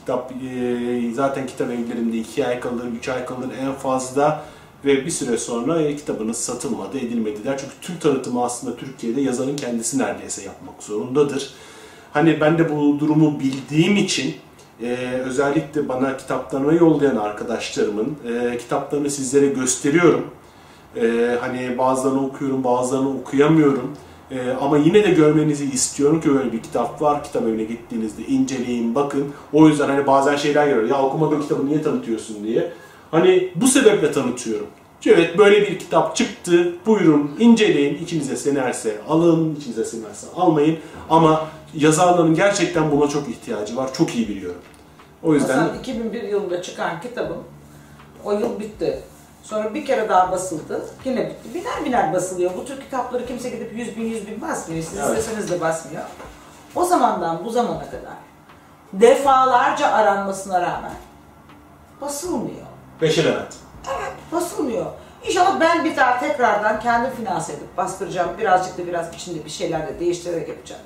Zaten kitap evlerinde 2 ay kalır, 3 ay kalır en fazla ve bir süre sonra kitabınız satılmadı, edilmedi der. Çünkü tüm tanıtımı aslında Türkiye'de yazarın kendisi neredeyse yapmak zorundadır. Hani ben de bu durumu bildiğim için özellikle bana kitaplarını yollayan arkadaşlarımın kitaplarını sizlere gösteriyorum. Hani bazılarını okuyorum, bazılarını okuyamıyorum. Ama yine de görmenizi istiyorum ki böyle bir kitap var. Kitap evine gittiğinizde inceleyin, bakın. O yüzden hani bazen şeyler geliyor. Ya okumadığın kitabı niye tanıtıyorsun diye. Hani bu sebeple tanıtıyorum. Evet böyle bir kitap çıktı. Buyurun inceleyin. İçinize sinerse alın, içinize sinerse almayın. Ama yazarların gerçekten buna çok ihtiyacı var. Çok iyi biliyorum. O yüzden... Aslında 2001 yılında çıkan kitabım o yıl bitti. Sonra bir kere daha basıldı. Yine bitti. Biner biner basılıyor. Bu tür kitapları kimse gidip 100 bin basmıyor. Siz isteseniz de basmıyor. O zamandan bu zamana kadar defalarca aranmasına rağmen basılmıyor. Beşer Levent. Evet, basılmıyor. İnşallah ben bir daha tekrardan kendim finanse edip bastıracağım. Birazcık da biraz içinde bir şeyler de değiştirerek yapacağım.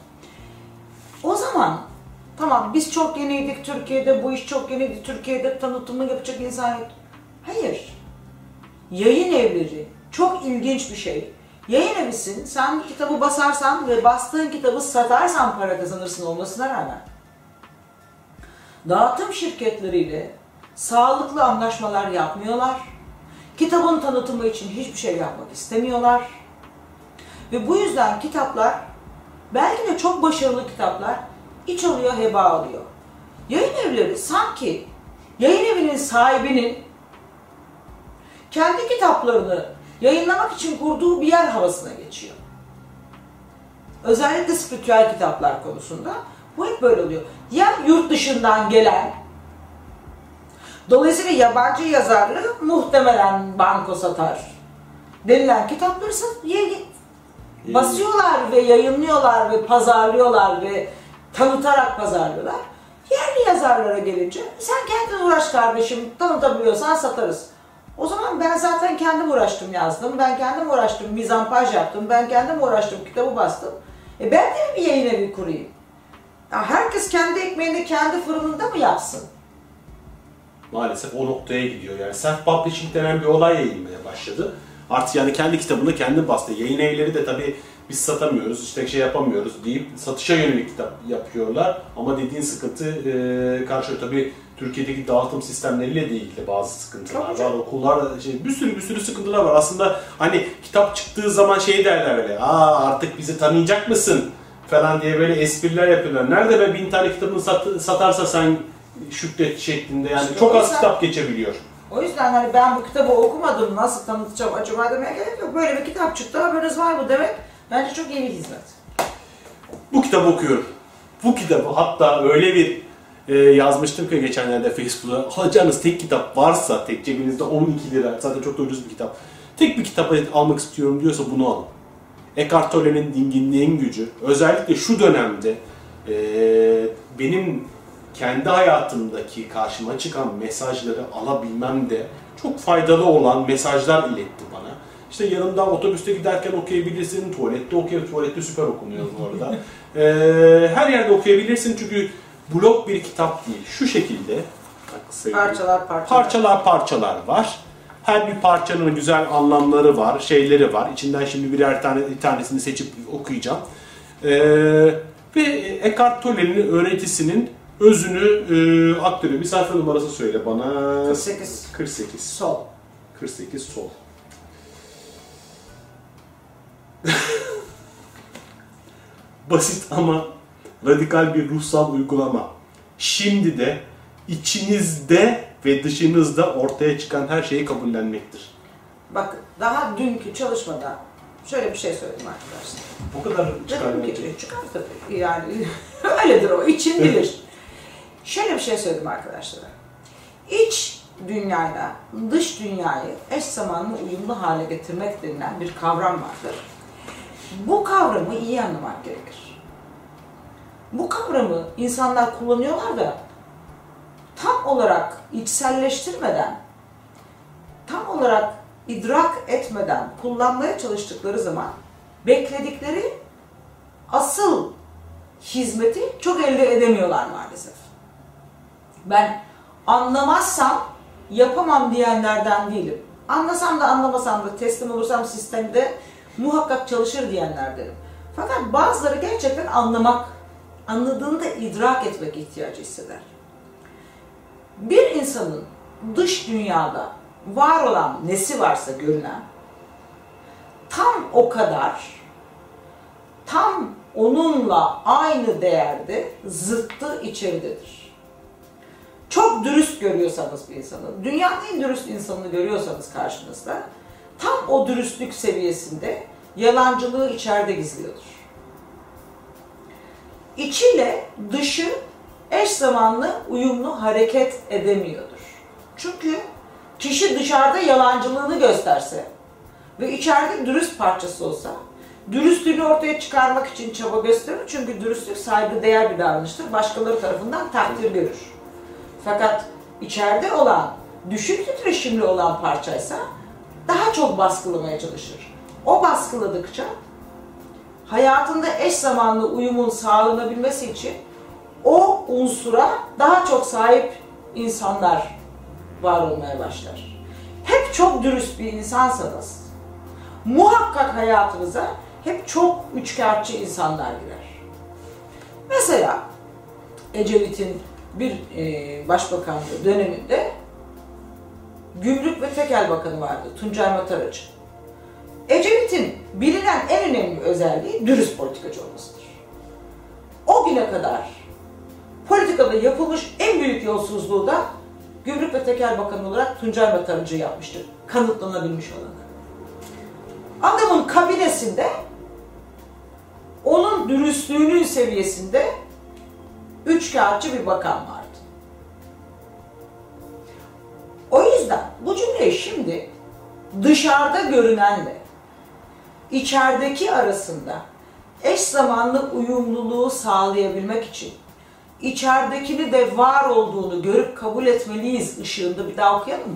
O zaman tamam biz çok yeniydik Türkiye'de, bu iş çok yeniydi Türkiye'de, tanıtımı yapacak insan yok. Hayır. Yayın evleri çok ilginç bir şey. Yayın evisin, sen kitabı basarsan ve bastığın kitabı satarsan para kazanırsın olmasına rağmen dağıtım şirketleriyle sağlıklı anlaşmalar yapmıyorlar. Kitabın tanıtımı için hiçbir şey yapmak istemiyorlar. Ve bu yüzden kitaplar, belki de çok başarılı kitaplar, iç alıyor, heba alıyor. Yayın evleri sanki yayın evinin sahibinin kendi kitaplarını yayınlamak için kurduğu bir yer havasına geçiyor. Özellikle spiritüel kitaplar konusunda bu hep böyle oluyor. Ya yurt dışından gelen, dolayısıyla yabancı yazarları muhtemelen banko satar denilen kitapları basıyorlar ve yayınlıyorlar ve pazarlıyorlar ve tanıtarak pazarlıyorlar. Yerli yazarlara gelince sen kendin uğraş kardeşim, tanıtabiliyorsan satarız. O zaman ben zaten kendim uğraştım yazdım, ben kendim uğraştım mizampaj yaptım, ben kendim uğraştım kitabı bastım. Ben de bir yayın evi kurayım. Ya herkes kendi ekmeğini kendi fırınında mı yapsın? Maalesef o noktaya gidiyor. Yani self-publishing denen bir olay yayılmaya başladı. Artık yani kendi kitabını kendi bastı. Yayın evleri de tabii biz satamıyoruz, işte şey yapamıyoruz deyip satışa yönelik kitap yapıyorlar. Ama dediğin sıkıntı karşı tabii Türkiye'deki dağıtım sistemleriyle de ilgili bazı sıkıntılar var. Okullar bir sürü sıkıntılar var. Aslında hani kitap çıktığı zaman şey derler böyle. Artık bizi tanıyacak mısın? falan diye böyle espriler yapıyorlar. Nerede be 1000 tane kitabını satarsa sen şükret şeklinde yani İşte çok o az yüzden- kitap geçebiliyor. O yüzden hani ben bu kitabı okumadım, nasıl tanıtacağım acaba demeye gerek yok. Böyle bir kitap çıktı, haberiniz var mı demek bence çok iyi bir hizmet. Bu kitabı okuyorum. Bu kitabı hatta öyle bir yazmıştım ki geçenlerde Facebook'ta, alacağınız tek kitap varsa, tek cebinizde 12 lira, zaten çok da ucuz bir kitap. Tek bir kitap almak istiyorum diyorsa bunu alın. Eckhart Tolle'nin Dinginliğin Gücü, özellikle şu dönemde benim kendi hayatımdaki karşıma çıkan mesajları alabilmem de çok faydalı olan mesajlar iletti bana. İşte yanımdan otobüste giderken okuyabilirsin, tuvalette okuyabilirsin, tuvalette süper okunuyor bu arada. Her yerde okuyabilirsin çünkü blok bir kitap değil. Şu şekilde, parçalar var. Her bir parçanın güzel anlamları var, şeyleri var. İçinden şimdi bir tanesini seçip okuyacağım. Ve Eckhart Tolle'nin öğretisinin özünü aktarıyor. Bir sayfa numarası söyle bana. 48. Sol. 48 sol. Basit ama radikal bir ruhsal uygulama. Şimdi de içinizde ve dışınızda ortaya çıkan her şeyi kabullenmektir. Bak daha dünkü çalışmada şöyle bir şey söyledim arkadaşlar. O kadar Dedim ki çıkar tabii yani öyledir o, için bilir. Şöyle bir şey söyledim arkadaşlara. İç dünyayla dış dünyayı eş zamanlı uyumlu hale getirmek denilen bir kavram vardır. Bu kavramı iyi anlamak gerekir. Bu kavramı insanlar kullanıyorlar da tam olarak içselleştirmeden, tam olarak idrak etmeden kullanmaya çalıştıkları zaman bekledikleri asıl hizmeti çok elde edemiyorlar maalesef. Ben anlamazsam yapamam diyenlerden değilim. Anlasam da anlamasam da teslim olursam sistemde muhakkak çalışır diyenlerdenim. Fakat bazıları gerçekten anladığında idrak etmek ihtiyacı hisseder. Bir insanın dış dünyada var olan nesi varsa görünen, tam o kadar, tam onunla aynı değerde zıttı içeridedir. Çok dürüst görüyorsanız bir insanı, dünyanın en dürüst insanını görüyorsanız karşınızda, tam o dürüstlük seviyesinde yalancılığı içeride gizliyordur. İçiyle dışı eş zamanlı, uyumlu hareket edemiyordur. Çünkü kişi dışarıda yalancılığını gösterse ve içeride dürüst parçası olsa, dürüstlüğünü ortaya çıkarmak için çaba gösterir. Çünkü dürüstlük saygıdeğer bir davranıştır. Başkaları tarafından takdir görür. Fakat içeride olan, düşük titreşimli olan parçaysa daha çok baskılamaya çalışır. O baskıladıkça hayatında eş zamanlı uyumun sağlanabilmesi için o unsura daha çok sahip insanlar var olmaya başlar. Hep çok dürüst bir insansanız muhakkak hayatınıza hep çok üçkağıtçı insanlar girer. Mesela Ecevit'in bir başbakanlığı döneminde Gümrük ve Tekel Bakanı vardı, Tuncay Mataracı. Ecevit'in bilinen en önemli özelliği dürüst politikacı olmasıdır. O güne kadar politikada yapılmış en büyük yolsuzluğu da Gümrük ve Tekel Bakanı olarak Tuncay Mataracı yapmıştır, kanıtlanabilmiş olanı. Adamın kabinesinde onun dürüstlüğünün seviyesinde üçkağıtçı bir bakan vardı. O yüzden bu cümleyi şimdi dışarıda görünenle içerideki arasında eş zamanlı uyumluluğu sağlayabilmek için içeridekini de var olduğunu görüp kabul etmeliyiz ışığında bir daha okuyalım mı?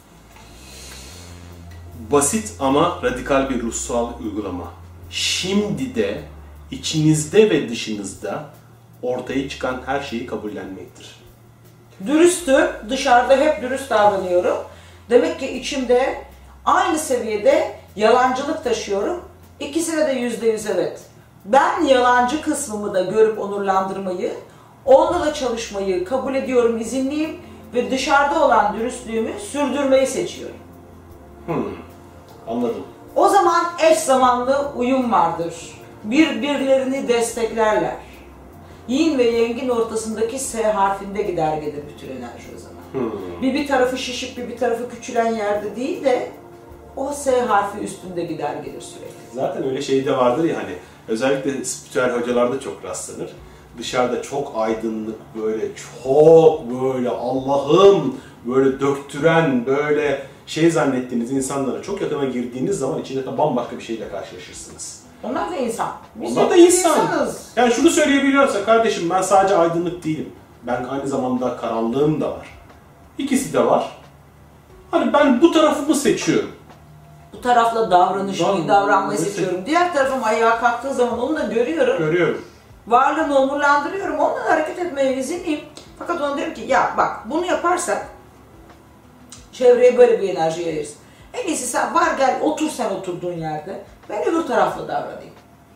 Basit ama radikal bir ruhsal uygulama. Şimdi de içinizde ve dışınızda ortaya çıkan her şeyi kabullenmektir. Dürüstüm, dışarıda hep dürüst davranıyorum. Demek ki içimde aynı seviyede yalancılık taşıyorum. İkisine de %100 evet. Ben yalancı kısmımı da görüp onurlandırmayı, onunla da çalışmayı kabul ediyorum, izinliyim ve dışarıda olan dürüstlüğümü sürdürmeyi seçiyorum. Anladım. O zaman eş zamanlı uyum vardır. birbirlerini desteklerler. Yin ve Yang'in ortasındaki S harfinde gider gelir bütün enerji o zaman. Bir tarafı şişip bir tarafı küçülen yerde değil de o S harfi üstünde gider gelir sürekli. Zaten öyle şey de vardır ya hani, özellikle spiritüel hocalarda çok rastlanır. Dışarıda çok aydınlık, böyle çok böyle Allah'ım böyle döktüren, böyle şey zannettiğiniz insanlara çok yakına girdiğiniz zaman içinde de bambaşka bir şeyle karşılaşırsınız. Onlar da insan. Onlar da insan. Yani şunu söyleyebiliyorsa, kardeşim ben sadece aydınlık değilim. Ben aynı zamanda karanlığım da var. İkisi de var. Hani ben bu tarafımı seçiyorum. Bu tarafla davranmayı seçiyorum. Diğer tarafım ayağa kalktığı zaman onu da görüyorum. Görüyorum. Varlığını onurlandırıyorum. Ondan hareket etmeye izinliyim. Fakat ona diyorum ki ya bak bunu yaparsak çevreye böyle bir enerji yayarız. En iyisi sen var gel otur sen oturduğun yerde. Ben öbür tarafla davranayım.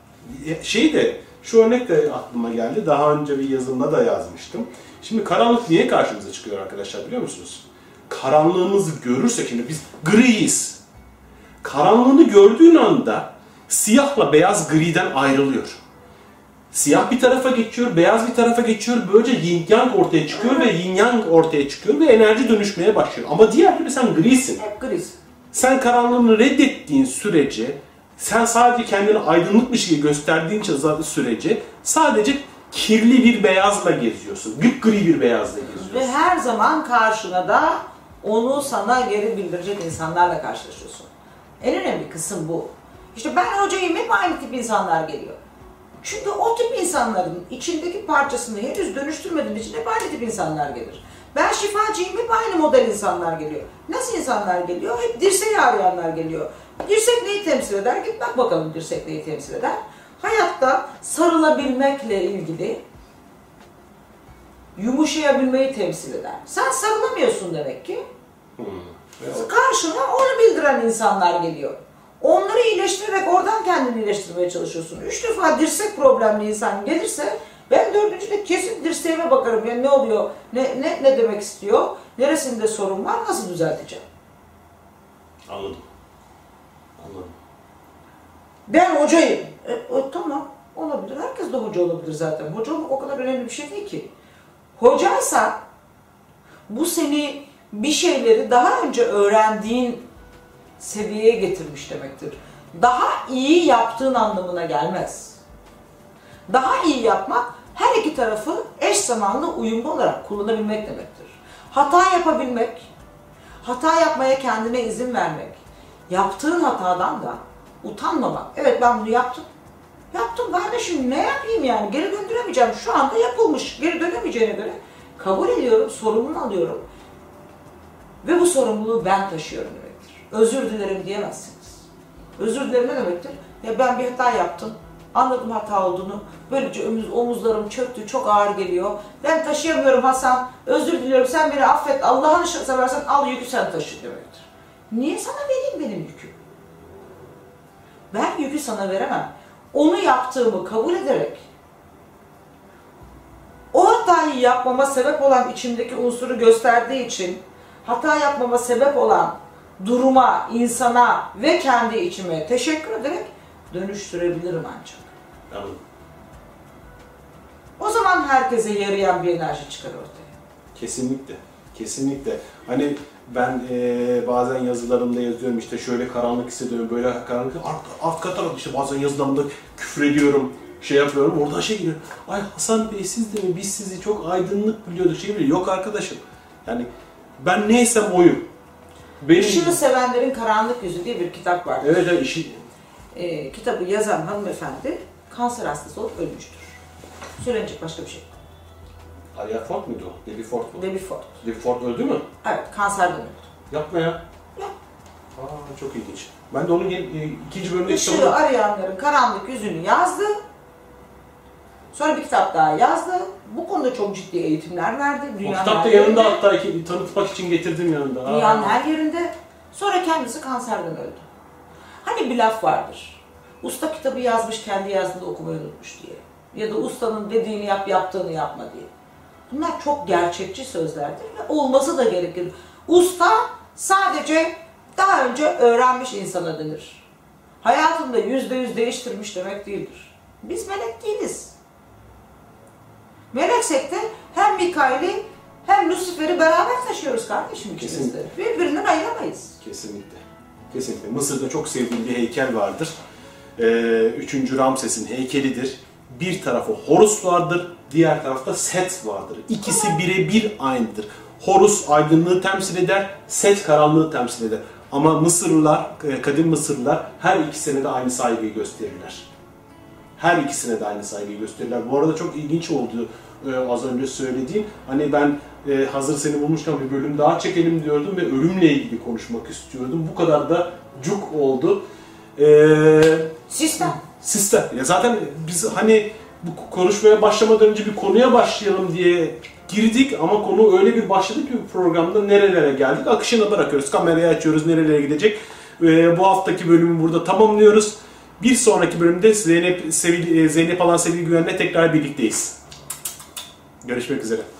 Şu örnek de aklıma geldi. Daha önce bir yazımda da yazmıştım. Şimdi karanlık niye karşımıza çıkıyor arkadaşlar biliyor musunuz? Karanlığımızı görürsek, şimdi biz griyiz. Karanlığını gördüğün anda siyahla beyaz griden ayrılıyor. Siyah bir tarafa geçiyor, beyaz bir tarafa geçiyor. Böylece yin yang ortaya çıkıyor ve yin yang ortaya çıkıyor ve enerji dönüşmeye başlıyor. Ama diğer türlü sen grisin. Hep grisin. Sen karanlığını reddettiğin sürece, sen sadece kendini aydınlıkmış gibi gösterdiğin sürece sadece kirli bir beyazla geziyorsun. Gri bir beyazla geziyorsun. Ve her zaman karşına da onu sana geri bildirecek insanlarla karşılaşıyorsun. En önemli kısım bu. İşte ben hocayım, hep aynı tip insanlar geliyor. Çünkü o tip insanların içindeki parçasını henüz dönüştürmediğin için hep aynı tip insanlar gelir. Ben şifacıyım, hep aynı model insanlar geliyor. Nasıl insanlar geliyor? Hep dirseği ağrıyanlar geliyor. Dirsek neyi temsil eder? Git bak bakalım dirsek neyi temsil eder. Hayatta sarılabilmekle ilgili yumuşayabilmeyi temsil eder. Sen sarılamıyorsun demek ki. Karşına onu bildiren insanlar geliyor. Onları iyileştirerek oradan kendini iyileştirmeye çalışıyorsun. 3 defa dirsek problemli insan gelirse ben 4.'de kesin dirseğime bakarım. Yani ne oluyor, ne demek istiyor, neresinde sorun var, nasıl düzelteceğim? Anladım. Ben hocayım. Tamam, olabilir. Herkes de hoca olabilir zaten. Hoca olmak o kadar önemli bir şey değil ki. Hocaysa bu seni bir şeyleri daha önce öğrendiğin seviyeye getirmiş demektir. Daha iyi yaptığın anlamına gelmez. Daha iyi yapmak, her iki tarafı eş zamanlı uyumlu olarak kullanabilmek demektir. Hata yapabilmek, hata yapmaya kendine izin vermek, yaptığın hatadan da utanmamak. Evet ben bunu yaptım. Yaptım kardeşim, ne yapayım yani, geri döndüremeyeceğim. Şu anda yapılmış, geri dönemeyeceğine göre kabul ediyorum, sorumluluğunu alıyorum. Ve bu sorumluluğu ben taşıyorum demektir. Özür dilerim diyemezsiniz. Özür dilerim ne demektir? Ya ben bir hata yaptım, anladım hata olduğunu, böylece omuzlarım çöktü, çok ağır geliyor. Ben taşıyamıyorum Hasan, özür diliyorum, sen beni affet, Allah'ını seversen al yükü sen taşı demektir. Niye sana vereyim benim yükü? Ben yükü sana veremem. Onu yaptığımı kabul ederek, o hatayı yapmama sebep olan içimdeki unsuru gösterdiği için, hata yapmama sebep olan duruma, insana ve kendi içime teşekkür ederek dönüştürebilirim ancak. Anladım. O zaman herkese yarayan bir enerji çıkar ortaya. Kesinlikle. Kesinlikle. Hani ben bazen yazılarımda yazıyorum, işte şöyle karanlık hissediyorum, böyle karanlık, alt katarak işte bazen yazılarımda küfür ediyorum, şey yapıyorum, oradan şey geliyor. Ay Hasan Bey siz de mi? Biz sizi çok aydınlık biliyorduk, şey biliyor. Yok arkadaşım. Yani ben neysem oyum. Işığı sevenlerin karanlık yüzü diye bir kitap var. Evet, evet işi. Kitabı yazan hanımefendi kanser hastası olup ölmüştür. Söylenecek başka bir şey. Alia Ford muydu o? Debbie Ford mu? Debbie Ford. Debbie Ford öldü mü? Evet, kanserden öldü. Yapma ya. Ya. Çok ilginç. Ben de onun ikinci bölümde Işığı arayanların karanlık yüzünü yazdı. Sonra bir kitap daha yazdı. Bu konuda çok ciddi eğitimler verdi. O kitap da yanında, hatta tanıtmak için getirdim yanında. Dünyanın her yerinde. Sonra kendisi kanserden öldü. Hani bir laf vardır. Usta kitabı yazmış, kendi yazdığında okumayı unutmuş diye. Ya da ustanın dediğini yap, yaptığını yapma diye. Bunlar çok gerçekçi sözlerdir ve olması da gerekir. Usta sadece daha önce öğrenmiş insana denir. Hayatında %100 değiştirmiş demek değildir. Biz melek değiliz. Meleksek de hem Mikail'i hem Lucifer'i beraber taşıyoruz kardeşim içimizde. Birbirinden ayıramayız. Kesinlikle. Kesinlikle. Mısır'da çok sevdiğim bir heykel vardır. 3. Ramses'in heykelidir. Bir tarafı Horus vardır, diğer tarafta Set vardır. İkisi birebir aynıdır. Horus aydınlığı temsil eder, Set karanlığı temsil eder. Ama Mısırlılar, kadim Mısırlılar her ikisine de aynı saygıyı gösterirler. Her ikisine de aynı saygıyı gösterirler. Bu arada çok ilginç oldu az önce söylediğim. Hani ben hazır seni bulmuşken bir bölüm daha çekelim diyordum ve ölümle ilgili konuşmak istiyordum. Bu kadar da cuk oldu. Sistem. Sistem. Ya zaten biz hani bu konuşmaya başlamadan önce bir konuya başlayalım diye girdik ama konu öyle bir başladı ki programda nerelere geldik. Akışına bırakıyoruz. Kamerayı açıyoruz. Nerelere gidecek. Bu haftaki bölümü burada tamamlıyoruz. Bir sonraki bölümde Zeynep Alan Sevil Güven'le tekrar birlikteyiz. Görüşmek üzere.